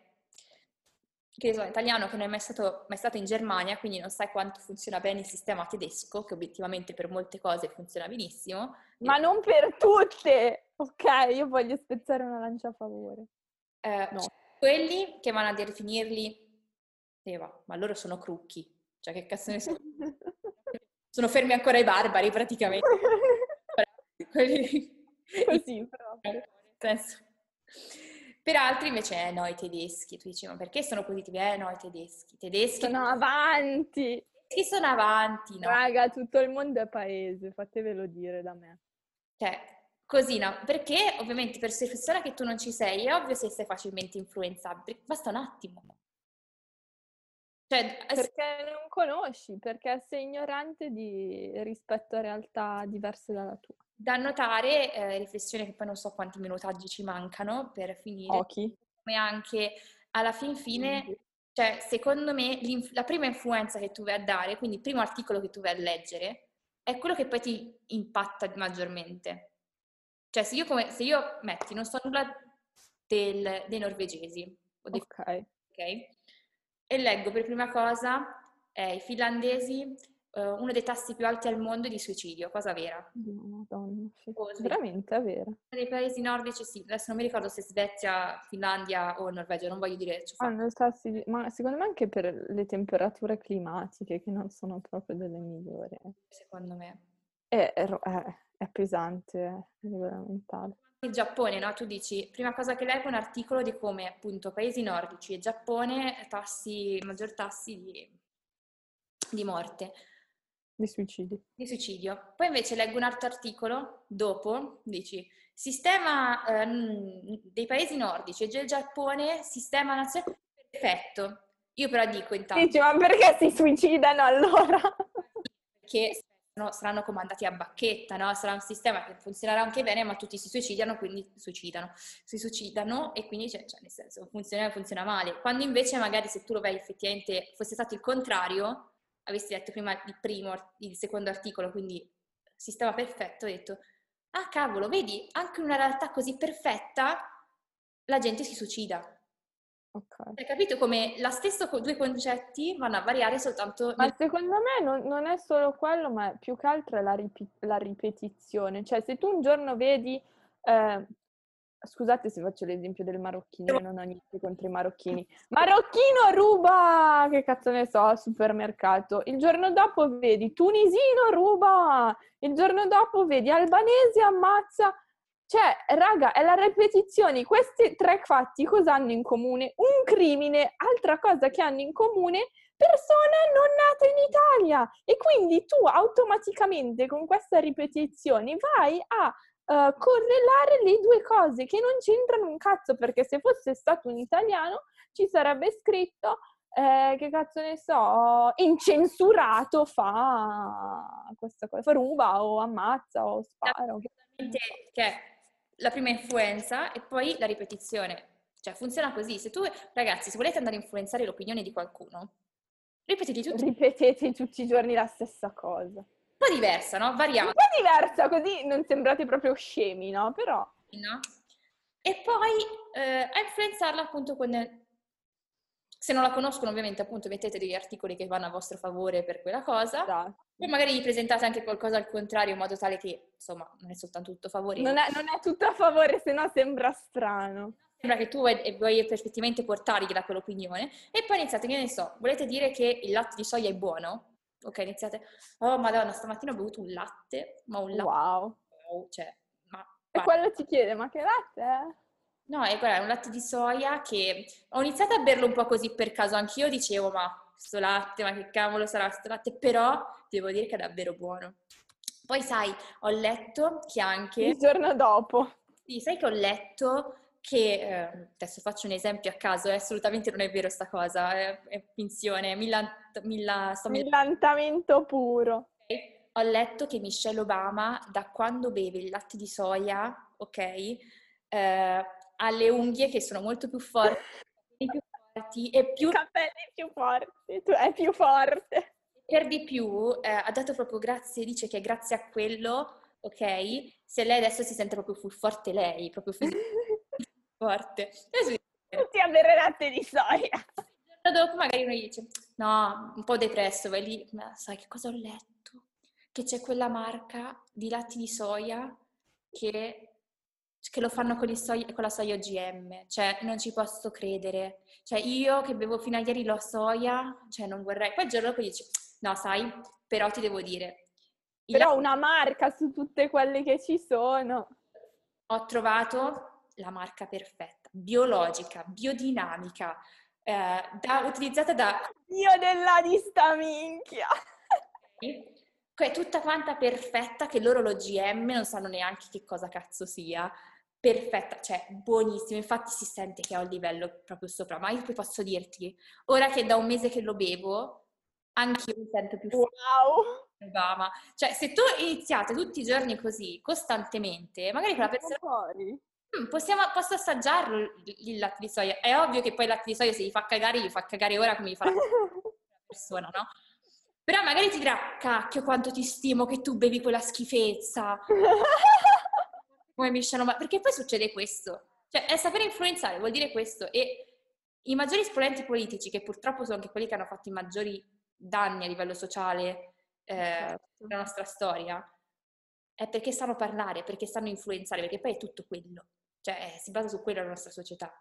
che ne so, italiano che non è mai stato, mai stato in Germania, quindi non sai quanto funziona bene il sistema tedesco, che obiettivamente per molte cose funziona benissimo. Ma non per tutte! Ok, io voglio spezzare una lancia a favore. Eh, No. quelli che vanno a definirli, eh, va, ma loro sono crucchi, cioè che cazzo ne so, sono fermi ancora i barbari praticamente. Quelli- Così proprio. nel senso. Per altri invece, eh no, i tedeschi, tu dici, ma perché sono positivi? Eh no, i tedeschi, i tedeschi, i Sono avanti! tedeschi sono avanti, no? Raga, tutto il mondo è paese, fatevelo dire da me. Cioè, Così, no? Perché ovviamente per essere persona che tu non ci sei, è ovvio se sei facilmente influenzabile. Basta un attimo. Cioè, Perché non conosci, perché sei ignorante di, rispetto a realtà diverse dalla tua. da notare, eh, riflessione che poi non so quanti minutaggi ci mancano per finire, Pochi. come anche alla fin fine, cioè secondo me la prima influenza che tu vai a dare, quindi il primo articolo che tu vai a leggere, è quello che poi ti impatta maggiormente. Cioè se io, come, se io metti, non so nulla del, dei norvegesi, o dei, Ok. ok? E leggo per prima cosa eh, i finlandesi, eh, uno dei tassi più alti al mondo di suicidio, cosa vera. No, Madonna, sì. O Svezia. Veramente è vero. Nei paesi nordici sì, adesso non mi ricordo se Svezia, Finlandia o Norvegia, non voglio dire ciò fatto. Hanno i tassi di- ma secondo me anche per le temperature climatiche che non sono proprio delle migliori. Secondo me. È, è, è- è pesante a livello mentale. Il Giappone, no? Tu dici, prima cosa che leggo è un articolo di come appunto paesi nordici e Giappone tassi, maggior tassi di, di morte, Di suicidi. di suicidio. Poi invece leggo un altro articolo, dopo, dici, sistema ehm, dei paesi nordici e del Giappone, sistema nazionale perfetto. Io però dico intanto Dici, ma perché si suicidano allora? che no, saranno comandati a bacchetta, no? Sarà un sistema che funzionerà anche bene, ma tutti si suicidano, quindi suicidano, si suicidano e quindi cioè, cioè, nel senso funziona funziona male. Quando invece magari se tu lo vedi effettivamente fosse stato il contrario, avessi letto prima il primo, il secondo articolo, quindi sistema perfetto, ho detto, ah cavolo, vedi, anche in una realtà così perfetta la gente si suicida. Ok. Hai capito come la stessa due concetti vanno a variare soltanto Ma nel... secondo me non, non è solo quello, ma più che altro è la, ripi- la ripetizione. Cioè, se tu un giorno vedi, eh, scusate se faccio l'esempio del marocchino, io non ho niente contro i marocchini. Marocchino ruba, che cazzo ne so, al supermercato. Il giorno dopo vedi tunisino ruba, il giorno dopo vedi albanese ammazza. Cioè, raga, è la ripetizione. Questi tre fatti cosa hanno in comune? Un crimine, altra cosa che hanno in comune, persone non nate in Italia. E quindi tu automaticamente con questa ripetizione vai a uh, correlare le due cose che non c'entrano un cazzo, perché se fosse stato un italiano ci sarebbe scritto eh, che cazzo ne so, incensurato fa questa cosa, fa ruba o ammazza o spara. O che... Che la prima influenza e poi la ripetizione. Cioè funziona così. Se tu, ragazzi, se volete andare a influenzare l'opinione di qualcuno, ripetiti tutti Ripetete tutti i giorni la stessa cosa. Un un po' diversa, no? Variata, po' diversa, così non sembrate proprio scemi, no? Però... no? E poi eh, a influenzarla appunto con... Se non la conoscono, ovviamente, appunto, mettete degli articoli che vanno a vostro favore per quella cosa. Esatto. Poi magari gli presentate anche qualcosa al contrario, in modo tale che, insomma, non è soltanto tutto Non favorevole. è, non è tutto a favore, se no sembra strano. Sembra che tu vuoi, vuoi effettivamente portargli da quell'opinione e poi iniziate, che ne so, volete dire che il latte di soia è buono? Ok, iniziate, oh madonna, stamattina ho bevuto un latte, ma un latte, Wow. wow, cioè, ma E quello ti chiede, ma che latte è? no, è, guarda, è un latte di soia che ho iniziato a berlo un po' così per caso, anch'io dicevo, ma sto latte, ma che cavolo sarà sto latte? Però devo dire che è davvero buono. Poi sai, ho letto che anche... Il giorno dopo. Sì, sai che ho letto che, eh, adesso faccio un esempio a caso, eh, assolutamente non è vero sta cosa, è, è finzione, milla, milla, sto mille- Millantamento puro. Ho letto che Michelle Obama, da quando beve il latte di soia, ok, eh, ha le unghie che sono molto più forti, più forti e I più, capelli più forti, tu è più forte. per di più, eh, ha dato proprio grazie, dice che grazie a quello, ok, se lei adesso si sente proprio più forte lei, proprio fisicamente forte. Adesso Tutti a bere latte di soia. il giorno dopo magari uno gli dice, no, un po' depresso, vai lì, ma sai che cosa ho letto? Che c'è quella marca di latte di soia che, che lo fanno con, il soia, con la soia O G M, cioè non ci posso credere. Cioè io che bevo fino a ieri la soia, cioè non vorrei. Poi il giorno dopo dici, no sai, però ti devo dire, il Però latte... una marca su tutte quelle che ci sono. Ho trovato la marca perfetta, biologica, biodinamica, eh, da- utilizzata da... Dio della di sta minchia. è tutta quanta perfetta che loro lo G M non sanno neanche che cosa cazzo sia. Perfetta, cioè buonissimo, infatti si sente che ha un livello proprio sopra, ma io poi posso dirti, ora che da un mese che lo bevo, anch'io mi sento più Wow! Obama. Cioè, se tu iniziate tutti i giorni così, costantemente, magari quella persona... Fuori. "Mm, possiamo, posso assaggiarlo il, il latte di soia." È ovvio che poi il latte di soia se gli fa cagare, gli fa cagare ora come gli fa la persona, no? Però magari ti dirà, cacchio, quanto ti stimo che tu bevi quella schifezza. Come misciano, ma perché poi succede questo. Cioè, è sapere influenzare, vuol dire questo. E i maggiori esponenti politici, che purtroppo sono anche quelli che hanno fatto i maggiori danni a livello sociale eh, Certo. nella nostra storia, è perché sanno parlare, perché sanno influenzare, perché poi è tutto quello. Cioè, eh, si basa su quello la nostra società.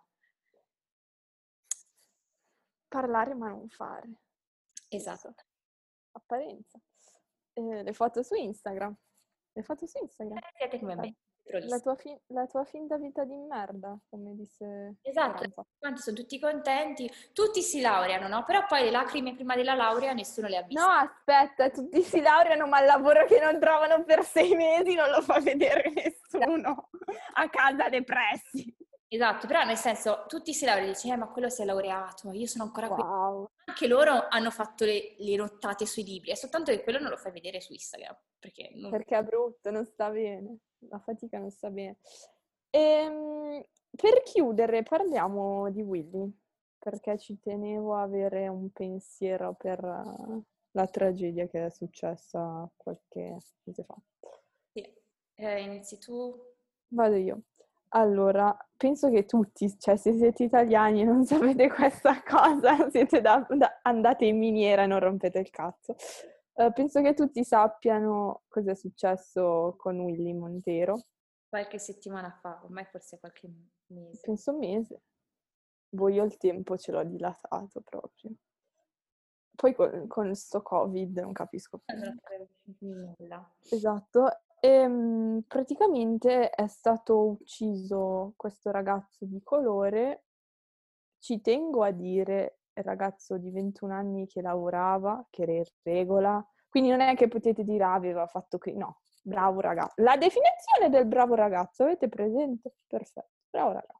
Parlare ma non fare. Esatto. Giusto. Apparenza. Eh, le foto su Instagram. Le foto su Instagram. Eh, siete come La, me, la trolisti. tua fi- la tua finta vita di merda, come disse Esatto, Speranza. quanti sono tutti contenti, tutti si laureano, no? Però poi le lacrime prima della laurea nessuno le ha No, viste. aspetta, tutti si laureano, ma il lavoro che non trovano per sei mesi non lo fa vedere nessuno. A casa depressi. Esatto, però nel senso, tutti si laureano e dici, eh, ma quello si è laureato, io sono ancora qui. Wow. Anche loro hanno fatto le, le nottate sui libri, è soltanto che quello non lo fai vedere su Instagram, perché non... Perché è brutto, non sta bene. La fatica non sta bene. Ehm, per chiudere, parliamo di Willy, perché ci tenevo a avere un pensiero per eh, la tragedia che è successa qualche mese fa. Sì. Eh, inizi tu? Vado io. Allora, penso che tutti, cioè se siete italiani e non sapete questa cosa, siete da, da- andate in miniera e non rompete il cazzo. Eh, penso che tutti sappiano cosa è successo con Willy Montero. Qualche settimana fa, ormai forse qualche mese. Penso un mese. Boh, io il tempo ce l'ho dilatato proprio. Poi con, con sto Covid non capisco più Non niente. sapevo nulla. Esatto. E praticamente è stato ucciso questo ragazzo di colore. Ci tengo a dire, il ragazzo di ventuno anni che lavorava, che era in regola. Quindi non è che potete dire, ah, aveva fatto che... No, bravo ragazzo. La definizione del bravo ragazzo, avete presente? Perfetto, bravo ragazzo.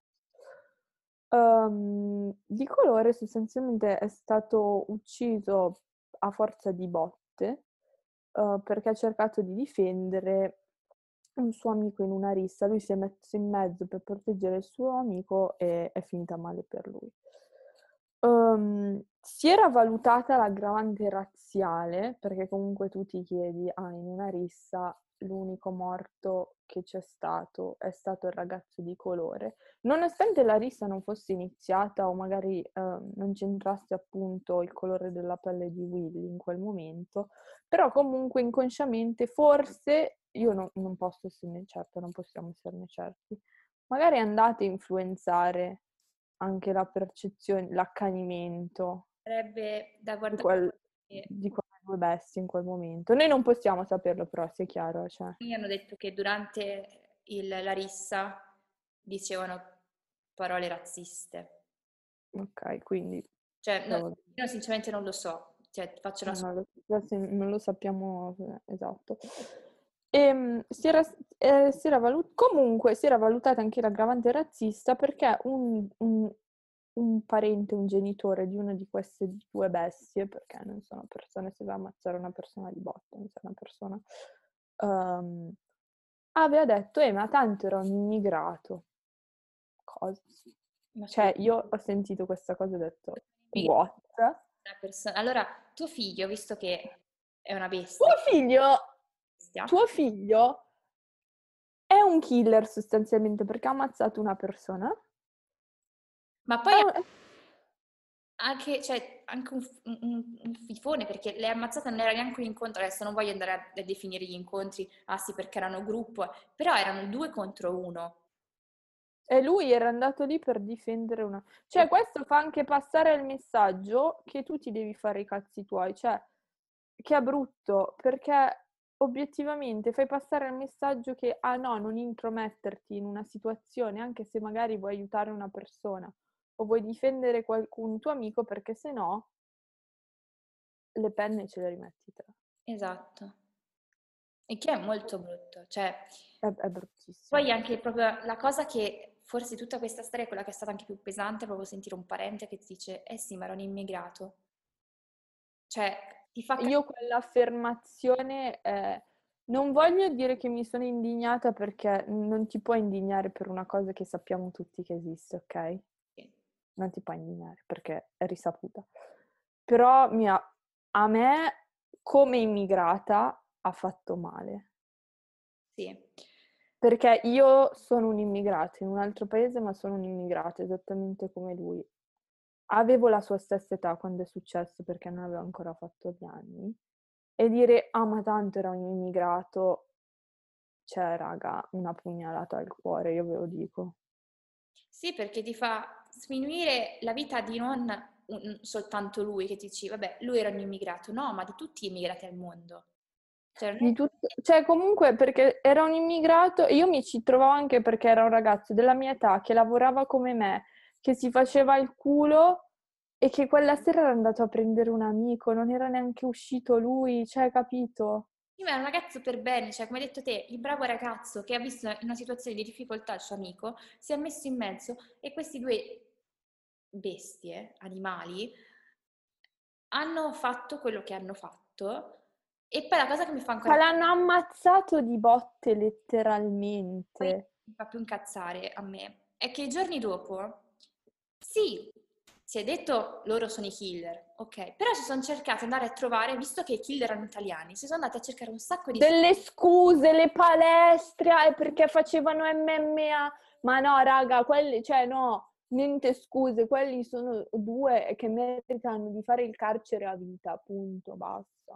Um, di colore sostanzialmente è stato ucciso a forza di botte uh, perché ha cercato di difendere un suo amico in una rissa. Lui si è messo in mezzo per proteggere il suo amico e è finita male per lui. Um, si era valutata l'aggravante razziale, perché comunque tu ti chiedi, ah, in una rissa l'unico morto che c'è stato è stato il ragazzo di colore. Nonostante la rissa non fosse iniziata o magari eh, non c'entrasse appunto il colore della pelle di Willy in quel momento, però comunque inconsciamente forse, io no, non posso esserne certa, non possiamo esserne certi, magari andate a influenzare anche la percezione, l'accanimento Sarebbe da di, guardare. quel, di quelle due bestie in quel momento. Noi non possiamo saperlo però, sia chiaro, cioè. Mi hanno detto che durante il- la rissa dicevano parole razziste. Ok, quindi Cioè, no- però, io sinceramente non lo so, cioè, faccio una... no, non, lo, non lo sappiamo eh, esatto. E, si era, eh, si era valut- comunque si era valutata anche l'aggravante razzista perché un, un, un parente, un genitore di una di queste due bestie, perché non sono persone, se va a ammazzare una persona di botte, non sei una persona, um, aveva detto, eh, ma tanto era un immigrato. Cosa? Ma scusa, Cioè, io ho sentito questa cosa e ho detto, una what? persona... Allora, tuo figlio, visto che è una Tuo bestia, figlio, bestia, tuo figlio è un killer sostanzialmente perché ha ammazzato una persona. ma È poi un- anche, cioè, anche un, un- un fifone, perché l'hai ammazzata non era neanche un incontro, adesso non voglio andare a, a definire gli incontri, ah sì, perché erano gruppo, però erano due contro uno. E lui era andato lì per difendere una... Cioè, questo fa anche passare il messaggio che tu ti devi fare i cazzi tuoi. Cioè, che è brutto, perché obiettivamente fai passare il messaggio che, ah no, non intrometterti in una situazione, anche se magari vuoi aiutare una persona o vuoi difendere qualcuno, tuo amico, perché se no le penne ce le rimetti te. Esatto. E che è molto brutto, cioè, È, è bruttissimo. poi anche proprio la cosa che forse tutta questa storia è quella che è stata anche più pesante, è proprio sentire un parente che ti dice, eh sì, ma era un immigrato. Cioè, ti fa capire. Io quell'affermazione, eh, non voglio dire che mi sono indignata perché non ti puoi indignare per una cosa che sappiamo tutti che esiste, ok? Non ti puoi indignare perché è risaputa. Però mi ha- a me, come immigrata, ha fatto male. Sì. Perché io sono un immigrato in un altro paese, ma sono un immigrato esattamente come lui. Avevo la sua stessa età quando è successo perché non aveva ancora fatto gli anni. E dire, ah, ma tanto era un immigrato, cioè, raga, una pugnalata al cuore, io ve lo dico. Sì, perché ti fa sminuire la vita di non un- soltanto lui che ti dici, vabbè, lui era un immigrato, no, ma di tutti gli immigrati al mondo. Cioè, non Di è- tutto, cioè, comunque, perché era un immigrato, e io mi ci trovavo anche perché era un ragazzo della mia età che lavorava come me, che si faceva il culo e che quella sera era andato a prendere un amico, non era neanche uscito lui, cioè, capito? Sì, ma è un ragazzo per bene, cioè come hai detto te, il bravo ragazzo che ha visto in una situazione di difficoltà il suo amico, si è messo in mezzo e questi due bestie, animali, hanno fatto quello che hanno fatto e poi la cosa che mi fa ancora Ma più, l'hanno ammazzato di botte, poi letteralmente. mi fa più incazzare a me è che i giorni dopo, sì, si è detto loro sono i killer, ok, però si sono cercati di andare a trovare, visto che i killer erano italiani, si sono andati a cercare un sacco di. Delle scuse, le palestre, eh, perché facevano M M A. Ma no, raga, quelli, cioè no, niente scuse, quelli sono due che meritano di fare il carcere a vita, punto, basta.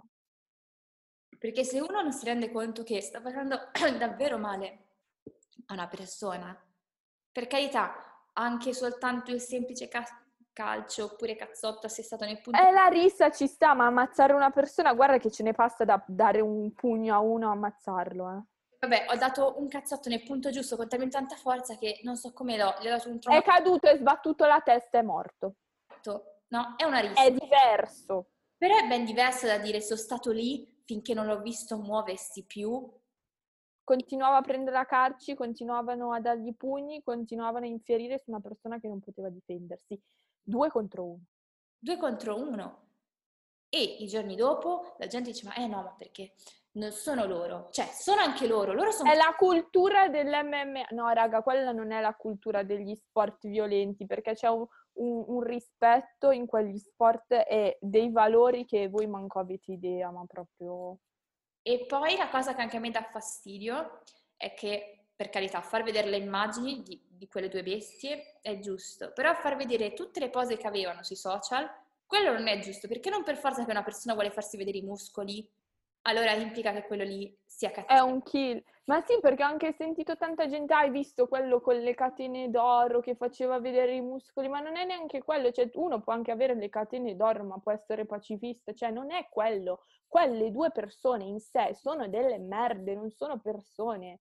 Perché se uno non si rende conto che sta facendo davvero male a una persona, per carità, anche soltanto il semplice ca- calcio oppure cazzotto assestato nel punto. E la rissa ci sta, ma ammazzare una persona, guarda che ce ne passa da dare un pugno a uno e ammazzarlo, eh. Vabbè, ho dato un cazzotto nel punto giusto con talmente tanta forza che non so come l'ho, gli ho dato un È trono caduto, è sbattuto la testa, è morto. alto. No, è una È rissa. diverso. Però è ben diverso da dire sono stato lì finché non l'ho visto muoversi più. Continuava a prendere a calci, continuavano a dargli pugni, continuavano a infierire su una persona che non poteva difendersi. Due contro uno. Due contro uno. E i giorni dopo la gente dice, ma eh no, ma perché non sono loro? Cioè, sono anche loro, loro sono. È la cultura dell'M M A. No, raga, quella non è la cultura degli sport violenti, perché c'è un, un- un rispetto in quegli sport e dei valori che voi manco avete idea, ma proprio. E poi la cosa che anche a me dà fastidio è che, per carità, far vedere le immagini di, di quelle due bestie è giusto, però far vedere tutte le pose che avevano sui social, quello non è giusto, perché non per forza che una persona vuole farsi vedere i muscoli, allora implica che quello lì sia È cattivo. un kill. Ma sì, perché ho anche sentito tanta gente, hai visto quello con le catene d'oro che faceva vedere i muscoli, ma non è neanche quello, cioè uno può anche avere le catene d'oro, ma può essere pacifista, cioè non è quello. Quelle due persone in sé sono delle merde, non sono persone,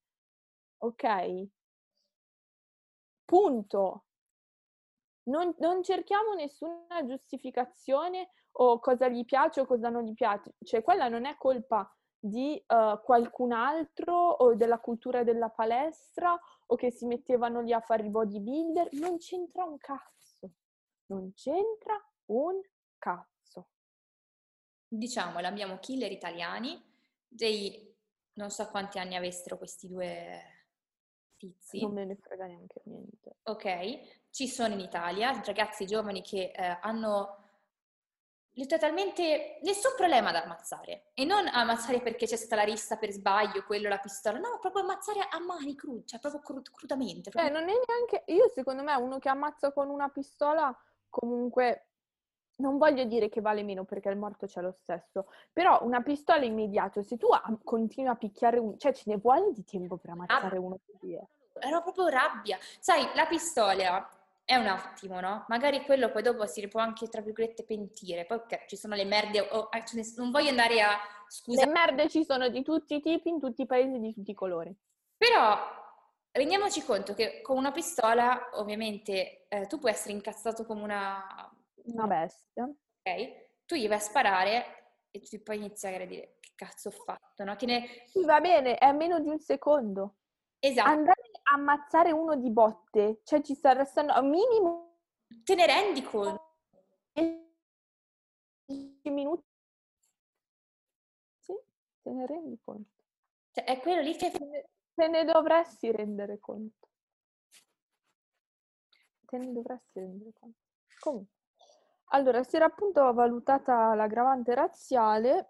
ok? Punto. Non, non cerchiamo nessuna giustificazione o cosa gli piace o cosa non gli piace, cioè quella non è colpa di uh, qualcun altro o della cultura della palestra o che si mettevano lì a fare i bodybuilder, non c'entra un cazzo, non c'entra un cazzo. Diciamolo, abbiamo killer italiani, dei non so quanti anni avessero questi due Non tizi, me ne frega neanche niente. ok? Ci sono in Italia ragazzi giovani che eh, hanno totalmente nessun problema ad ammazzare e non ammazzare perché c'è stata la rissa per sbaglio, quello, la pistola, no, proprio ammazzare a mani crude, cioè proprio cru- crudamente. Cioè, Proprio. non è neanche. Io, secondo me, uno che ammazza con una pistola, comunque. Non voglio dire che vale meno perché il morto c'è lo stesso, però una pistola immediato, se tu a- continui a picchiare un. Cioè, ce ne vuole di tempo per Rabbia. ammazzare uno così. eh. Era proprio rabbia. Sai, la pistola è un attimo, no? Magari quello poi dopo si può anche, tra virgolette, pentire. Poi ok, ci sono le merde, oh, eh, ce ne- non voglio andare a. Scusa. Le merde ci sono di tutti i tipi, in tutti i paesi, di tutti i colori. Però rendiamoci conto che con una pistola, ovviamente, eh, tu puoi essere incazzato come una. Una bestia. Ok? Tu gli vai a sparare, e tu poi inizi a dire che cazzo ho fatto, no? Che ne... Sì, va bene, è meno di un secondo. Esatto. Andare a ammazzare uno di botte, cioè ci saranno a minimo Te ne rendi conto? dieci minuti. Sì, te ne rendi conto. Cioè, è quello lì che... Te ne, te ne dovresti rendere conto. Te ne dovresti rendere conto. Comunque. Allora, si era appunto valutata l'aggravante razziale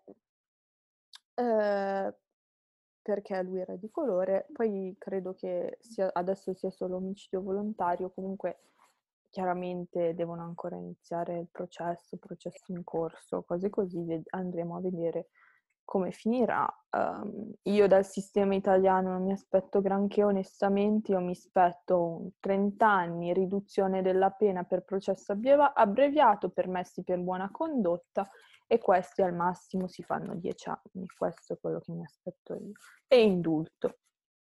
eh, perché lui era di colore, poi credo che sia, adesso sia solo omicidio volontario, comunque chiaramente devono ancora iniziare il processo, processo in corso, cose così, ved- andremo a vedere come finirà. Um, io dal sistema italiano non mi aspetto granché, onestamente, io mi aspetto trenta anni, riduzione della pena per processo abbieva- abbreviato, permessi per buona condotta, e questi al massimo si fanno dieci anni, questo è quello che mi aspetto io. E indulto.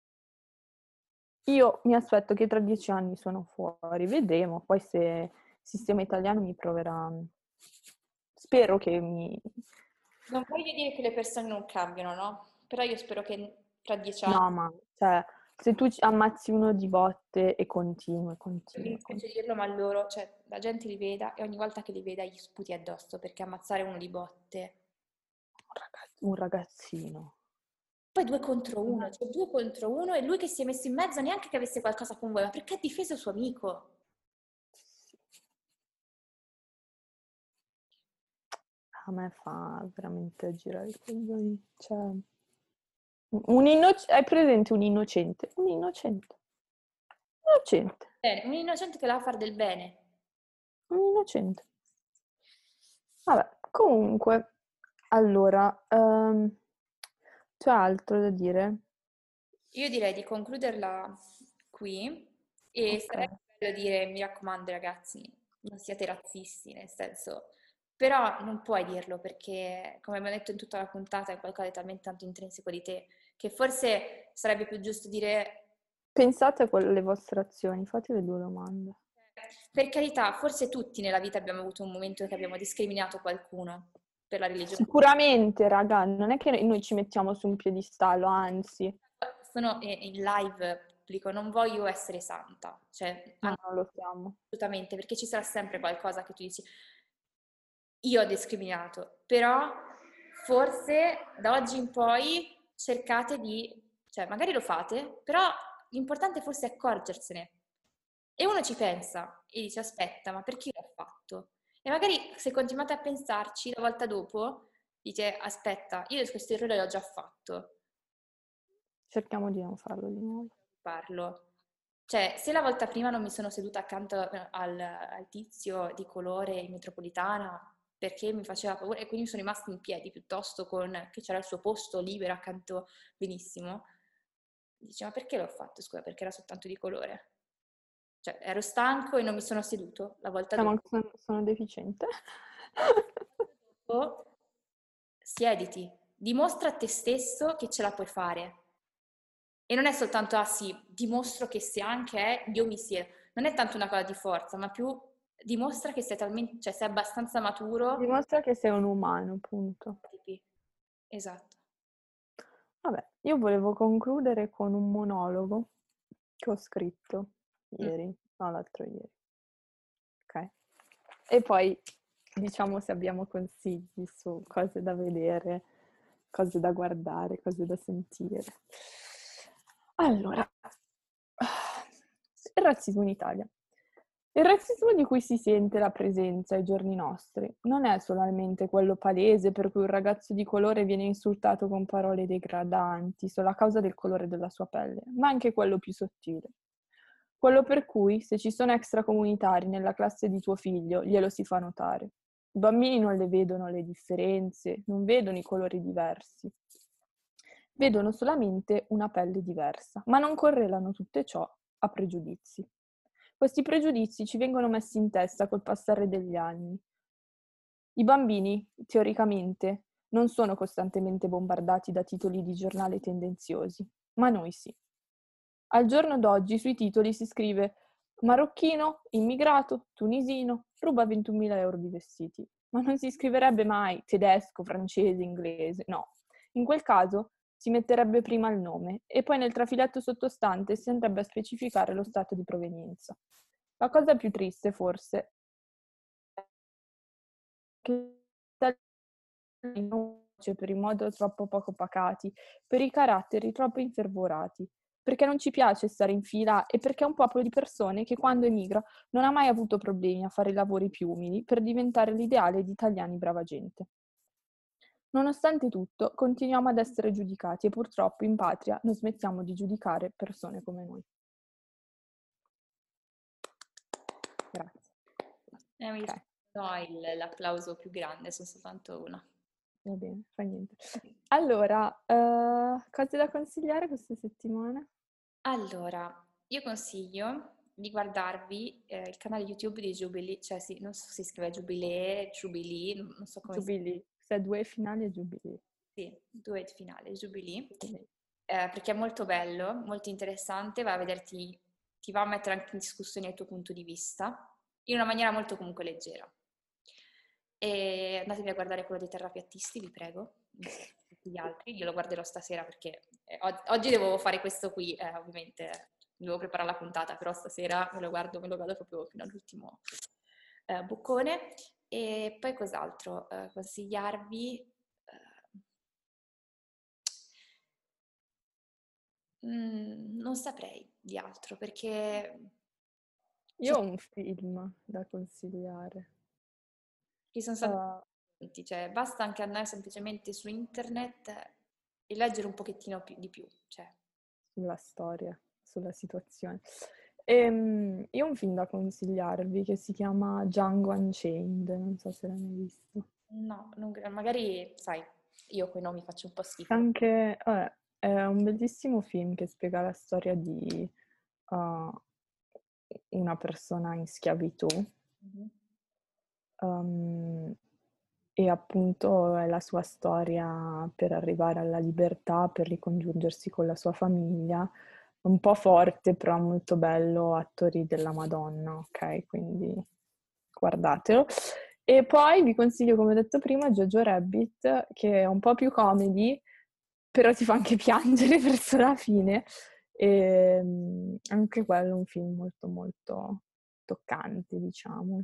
Io mi aspetto che tra dieci anni sono fuori, vedremo, poi se il sistema italiano mi proverà, spero che mi... Non voglio dire che le persone non cambiano, no? Però io spero che tra dieci anni, No, ma cioè, se tu ci ammazzi uno di botte e continui, mi continui, dispiace continui. dirlo, ma loro, cioè, la gente li veda e ogni volta che li veda gli sputi addosso perché ammazzare uno di botte. Un ragazz- un ragazzino. Poi due contro uno, Ma- cioè due contro uno e lui che si è messo in mezzo neanche che avesse qualcosa con voi, ma perché ha difeso il suo amico? A me fa veramente girare i coglioni. Cioè, un innocente, hai presente un innocente? Un innocente. Innocente. Bene, un innocente che la va a fare del bene. Un innocente. Vabbè, comunque, allora, ehm, c'è altro da dire? Io direi di concluderla qui e Ok. sarebbe bello dire, mi raccomando ragazzi, non siate razzisti, nel senso, però non puoi dirlo perché, come abbiamo detto in tutta la puntata, è qualcosa di talmente tanto intrinseco di te che forse sarebbe più giusto dire, Pensate a quelle, alle vostre azioni, fate le due domande. per carità, forse tutti nella vita abbiamo avuto un momento in cui abbiamo discriminato qualcuno per la religione. Sicuramente, raga, non è che noi ci mettiamo su un piedistallo, anzi, Sono in live pubblico, non voglio essere santa, cioè no, non lo siamo. assolutamente, perché ci sarà sempre qualcosa che tu dici, io ho discriminato, però forse da oggi in poi cercate di, cioè magari lo fate, però l'importante forse è accorgersene. E uno ci pensa e dice aspetta, ma perché l'ho fatto? E magari se continuate a pensarci, la volta dopo dite aspetta, io questo errore l'ho già fatto. Cerchiamo di non farlo di nuovo. Parlo. Cioè, se la volta prima non mi sono seduta accanto al, al tizio di colore in metropolitana perché mi faceva paura e quindi sono rimasta in piedi piuttosto con che c'era il suo posto libero accanto benissimo, dice ma perché l'ho fatto? Scusa, perché era soltanto di colore. Cioè, ero stanco e non mi sono seduto la volta Cioè, dopo. ma sono, sono deficiente. Dopo, siediti, dimostra a te stesso che ce la puoi fare. E non è soltanto, ah sì, dimostro che se anche è, io mi siedo. Non è tanto una cosa di forza, ma più dimostra che sei talmente, cioè sei abbastanza maturo. Dimostra che sei un umano, punto. Esatto. Vabbè, io volevo concludere con un monologo che ho scritto Mm. ieri, no, l'altro ieri. Ok? E poi diciamo se abbiamo consigli su cose da vedere, cose da guardare, cose da sentire. Allora, il razzismo in Italia. Il razzismo di cui si sente la presenza ai giorni nostri non è solamente quello palese per cui un ragazzo di colore viene insultato con parole degradanti solo a causa del colore della sua pelle, ma anche quello più sottile. Quello per cui, se ci sono extracomunitari nella classe di tuo figlio, glielo si fa notare. I bambini non le vedono le differenze, non vedono i colori diversi. Vedono solamente una pelle diversa, ma non correlano tutto ciò a pregiudizi. Questi pregiudizi ci vengono messi in testa col passare degli anni. I bambini, teoricamente, non sono costantemente bombardati da titoli di giornale tendenziosi, ma noi sì. Al giorno d'oggi sui titoli si scrive marocchino, immigrato, tunisino, ruba ventunomila euro di vestiti. ma non si scriverebbe mai tedesco, francese, inglese, no. In quel caso si metterebbe prima il nome e poi nel trafiletto sottostante si andrebbe a specificare lo stato di provenienza. La cosa più triste, forse, è che non c'è per i modi troppo poco pacati, per i caratteri troppo infervorati, perché non ci piace stare in fila e perché è un popolo di persone che quando emigra non ha mai avuto problemi a fare i lavori più umili per diventare l'ideale di italiani brava gente. Nonostante tutto, continuiamo ad essere giudicati e purtroppo in patria non smettiamo di giudicare persone come noi. Grazie. Eh, mi Ok. no, il- l'applauso più grande, sono soltanto una. Va bene, fa niente. Allora, eh, cose da consigliare questa settimana? Allora, io consiglio di guardarvi eh, il canale YouTube di Jubilee, cioè sì, non so se si scrive Jubilee, Jubilee, non non so come si Jubilee. Se è due finali è Jubilee. sì, duet finale, Jubilee, Jubilee. eh, perché è molto bello, molto interessante, va a vederti, ti va a mettere anche in discussione il tuo punto di vista, in una maniera molto comunque leggera. E andatevi a guardare quello dei terrapiattisti, vi prego, insieme a tutti gli altri. Io lo guarderò stasera perché eh, og- oggi devo fare questo qui, eh, ovviamente devo preparare la puntata, però stasera me lo guardo, me lo vado proprio fino all'ultimo eh, boccone. E poi cos'altro? Eh, consigliarvi... eh, mm, non saprei di altro perché Io ci ho un film da consigliare. ci sono stati Uh, tanti, cioè basta anche andare semplicemente su internet e leggere un pochettino più, di più. Cioè. sulla storia, sulla situazione. Ehm, io ho un film da consigliarvi che si chiama Django Unchained, non so se l'hai mai visto. No, non cre- magari, sai, io coi nomi faccio un po' schifo. Anche, vabbè, è un bellissimo film che spiega la storia di uh, una persona in schiavitù. Mhm. Um, e appunto è la sua storia per arrivare alla libertà, per ricongiungersi con la sua famiglia. Un po' forte, però molto bello, attori della Madonna, ok? Quindi guardatelo. E poi vi consiglio, come ho detto prima, Jojo Rabbit, che è un po' più comedy, però ti fa anche piangere verso la fine. E mm, anche quello è un film molto molto toccante, diciamo.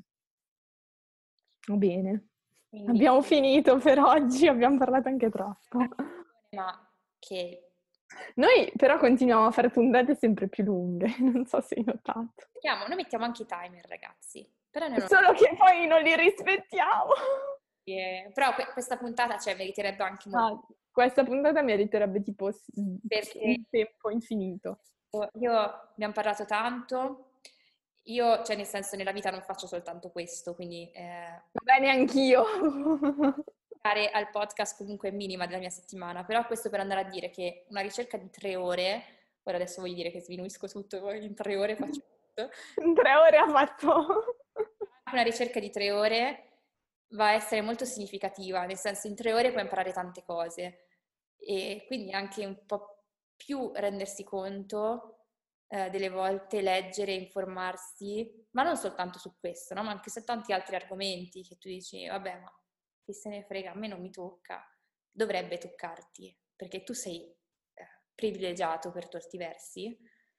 Va bene. Quindi, Abbiamo finito per oggi, abbiamo parlato anche troppo. ma che Noi però continuiamo a fare puntate sempre più lunghe, non so se hai notato. mettiamo, noi mettiamo anche i timer, ragazzi. Però, noi non- Solo che poi non li rispettiamo. eh, però que- questa puntata, cioè, meriterebbe anche molto. Ah, questa puntata meriterebbe tipo s- Perché un tempo infinito. io abbiamo parlato tanto. Io, cioè, nel senso, nella vita non faccio soltanto questo, quindi eh, Va bene anch'io. fare al podcast comunque minima della mia settimana, però questo per andare a dire che una ricerca di tre ore, ora adesso voglio dire che sviluisco tutto, poi in tre ore faccio tutto, In tre ore ha fatto... una ricerca di tre ore va a essere molto significativa, nel senso in tre ore puoi imparare tante cose e quindi anche un po' più rendersi conto eh, delle volte leggere, informarsi, ma non soltanto su questo, no? Ma anche su tanti altri argomenti che tu dici, vabbè, ma chi se ne frega, a me non mi tocca, dovrebbe toccarti, perché tu sei eh, privilegiato per certi versi.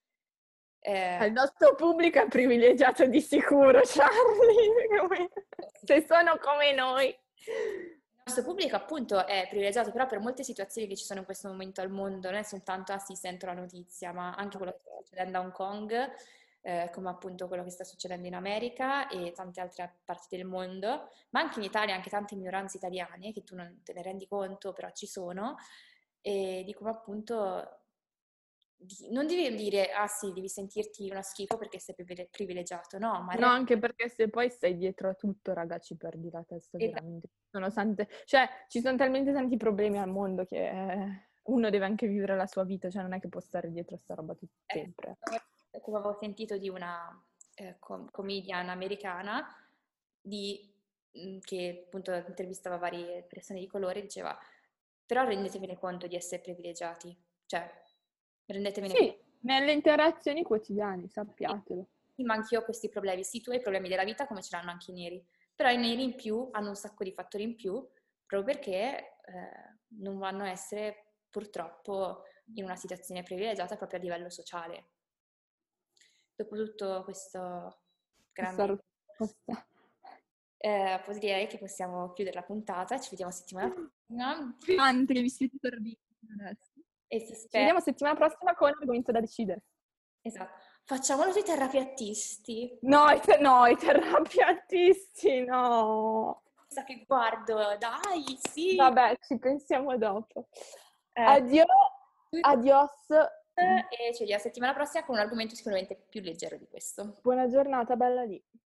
Il Eh, nostro pubblico è privilegiato di sicuro, Charlie. Se sono come noi. Il nostro pubblico appunto è privilegiato, però per molte situazioni che ci sono in questo momento al mondo, non è soltanto ah sì, sento la notizia, ma anche quello che sta succedendo a Hong Kong, eh, come appunto quello che sta succedendo in America e tante altre parti del mondo, ma anche in Italia, anche tante minoranze italiane che tu non te ne rendi conto, però ci sono, e di come appunto di- non devi dire ah sì, devi sentirti uno schifo perché sei privile- privilegiato, no, ma No, re- anche perché se poi stai dietro a tutto, raga, ci perdi la testa esatto. veramente. Ci sono tante, cioè, ci sono talmente tanti problemi al mondo che eh, uno deve anche vivere la sua vita, cioè non è che può stare dietro a sta roba tutto Eh, sempre. come avevo sentito di una eh, com- comedian americana di- mh, che appunto intervistava varie persone di colore, diceva però rendetevene conto di essere privilegiati, cioè rendetevene Sì, conto. nelle interazioni quotidiane, Sì, sappiatelo. sì, ma anch'io ho questi problemi, sì, tu hai i problemi della vita come ce l'hanno anche i neri, però i neri in più hanno un sacco di fattori in più, proprio perché eh, non vanno a essere purtroppo in una situazione privilegiata proprio a livello sociale. Dopo tutto questo grande Questa eh, direi che possiamo chiudere la puntata, ci vediamo settimana prossima Tanti vestiti sordini adesso. e si Ci spera. vediamo settimana prossima con l'argomento da decidere. Esatto. Facciamolo sui terrapiattisti. No, i, te- no, i terrapiattisti, no. Sa che guardo, dai, sì. Vabbè, ci pensiamo dopo. Eh, Addio, adios. e ci vediamo settimana prossima con un argomento sicuramente più leggero di questo. Buona giornata, bella lì.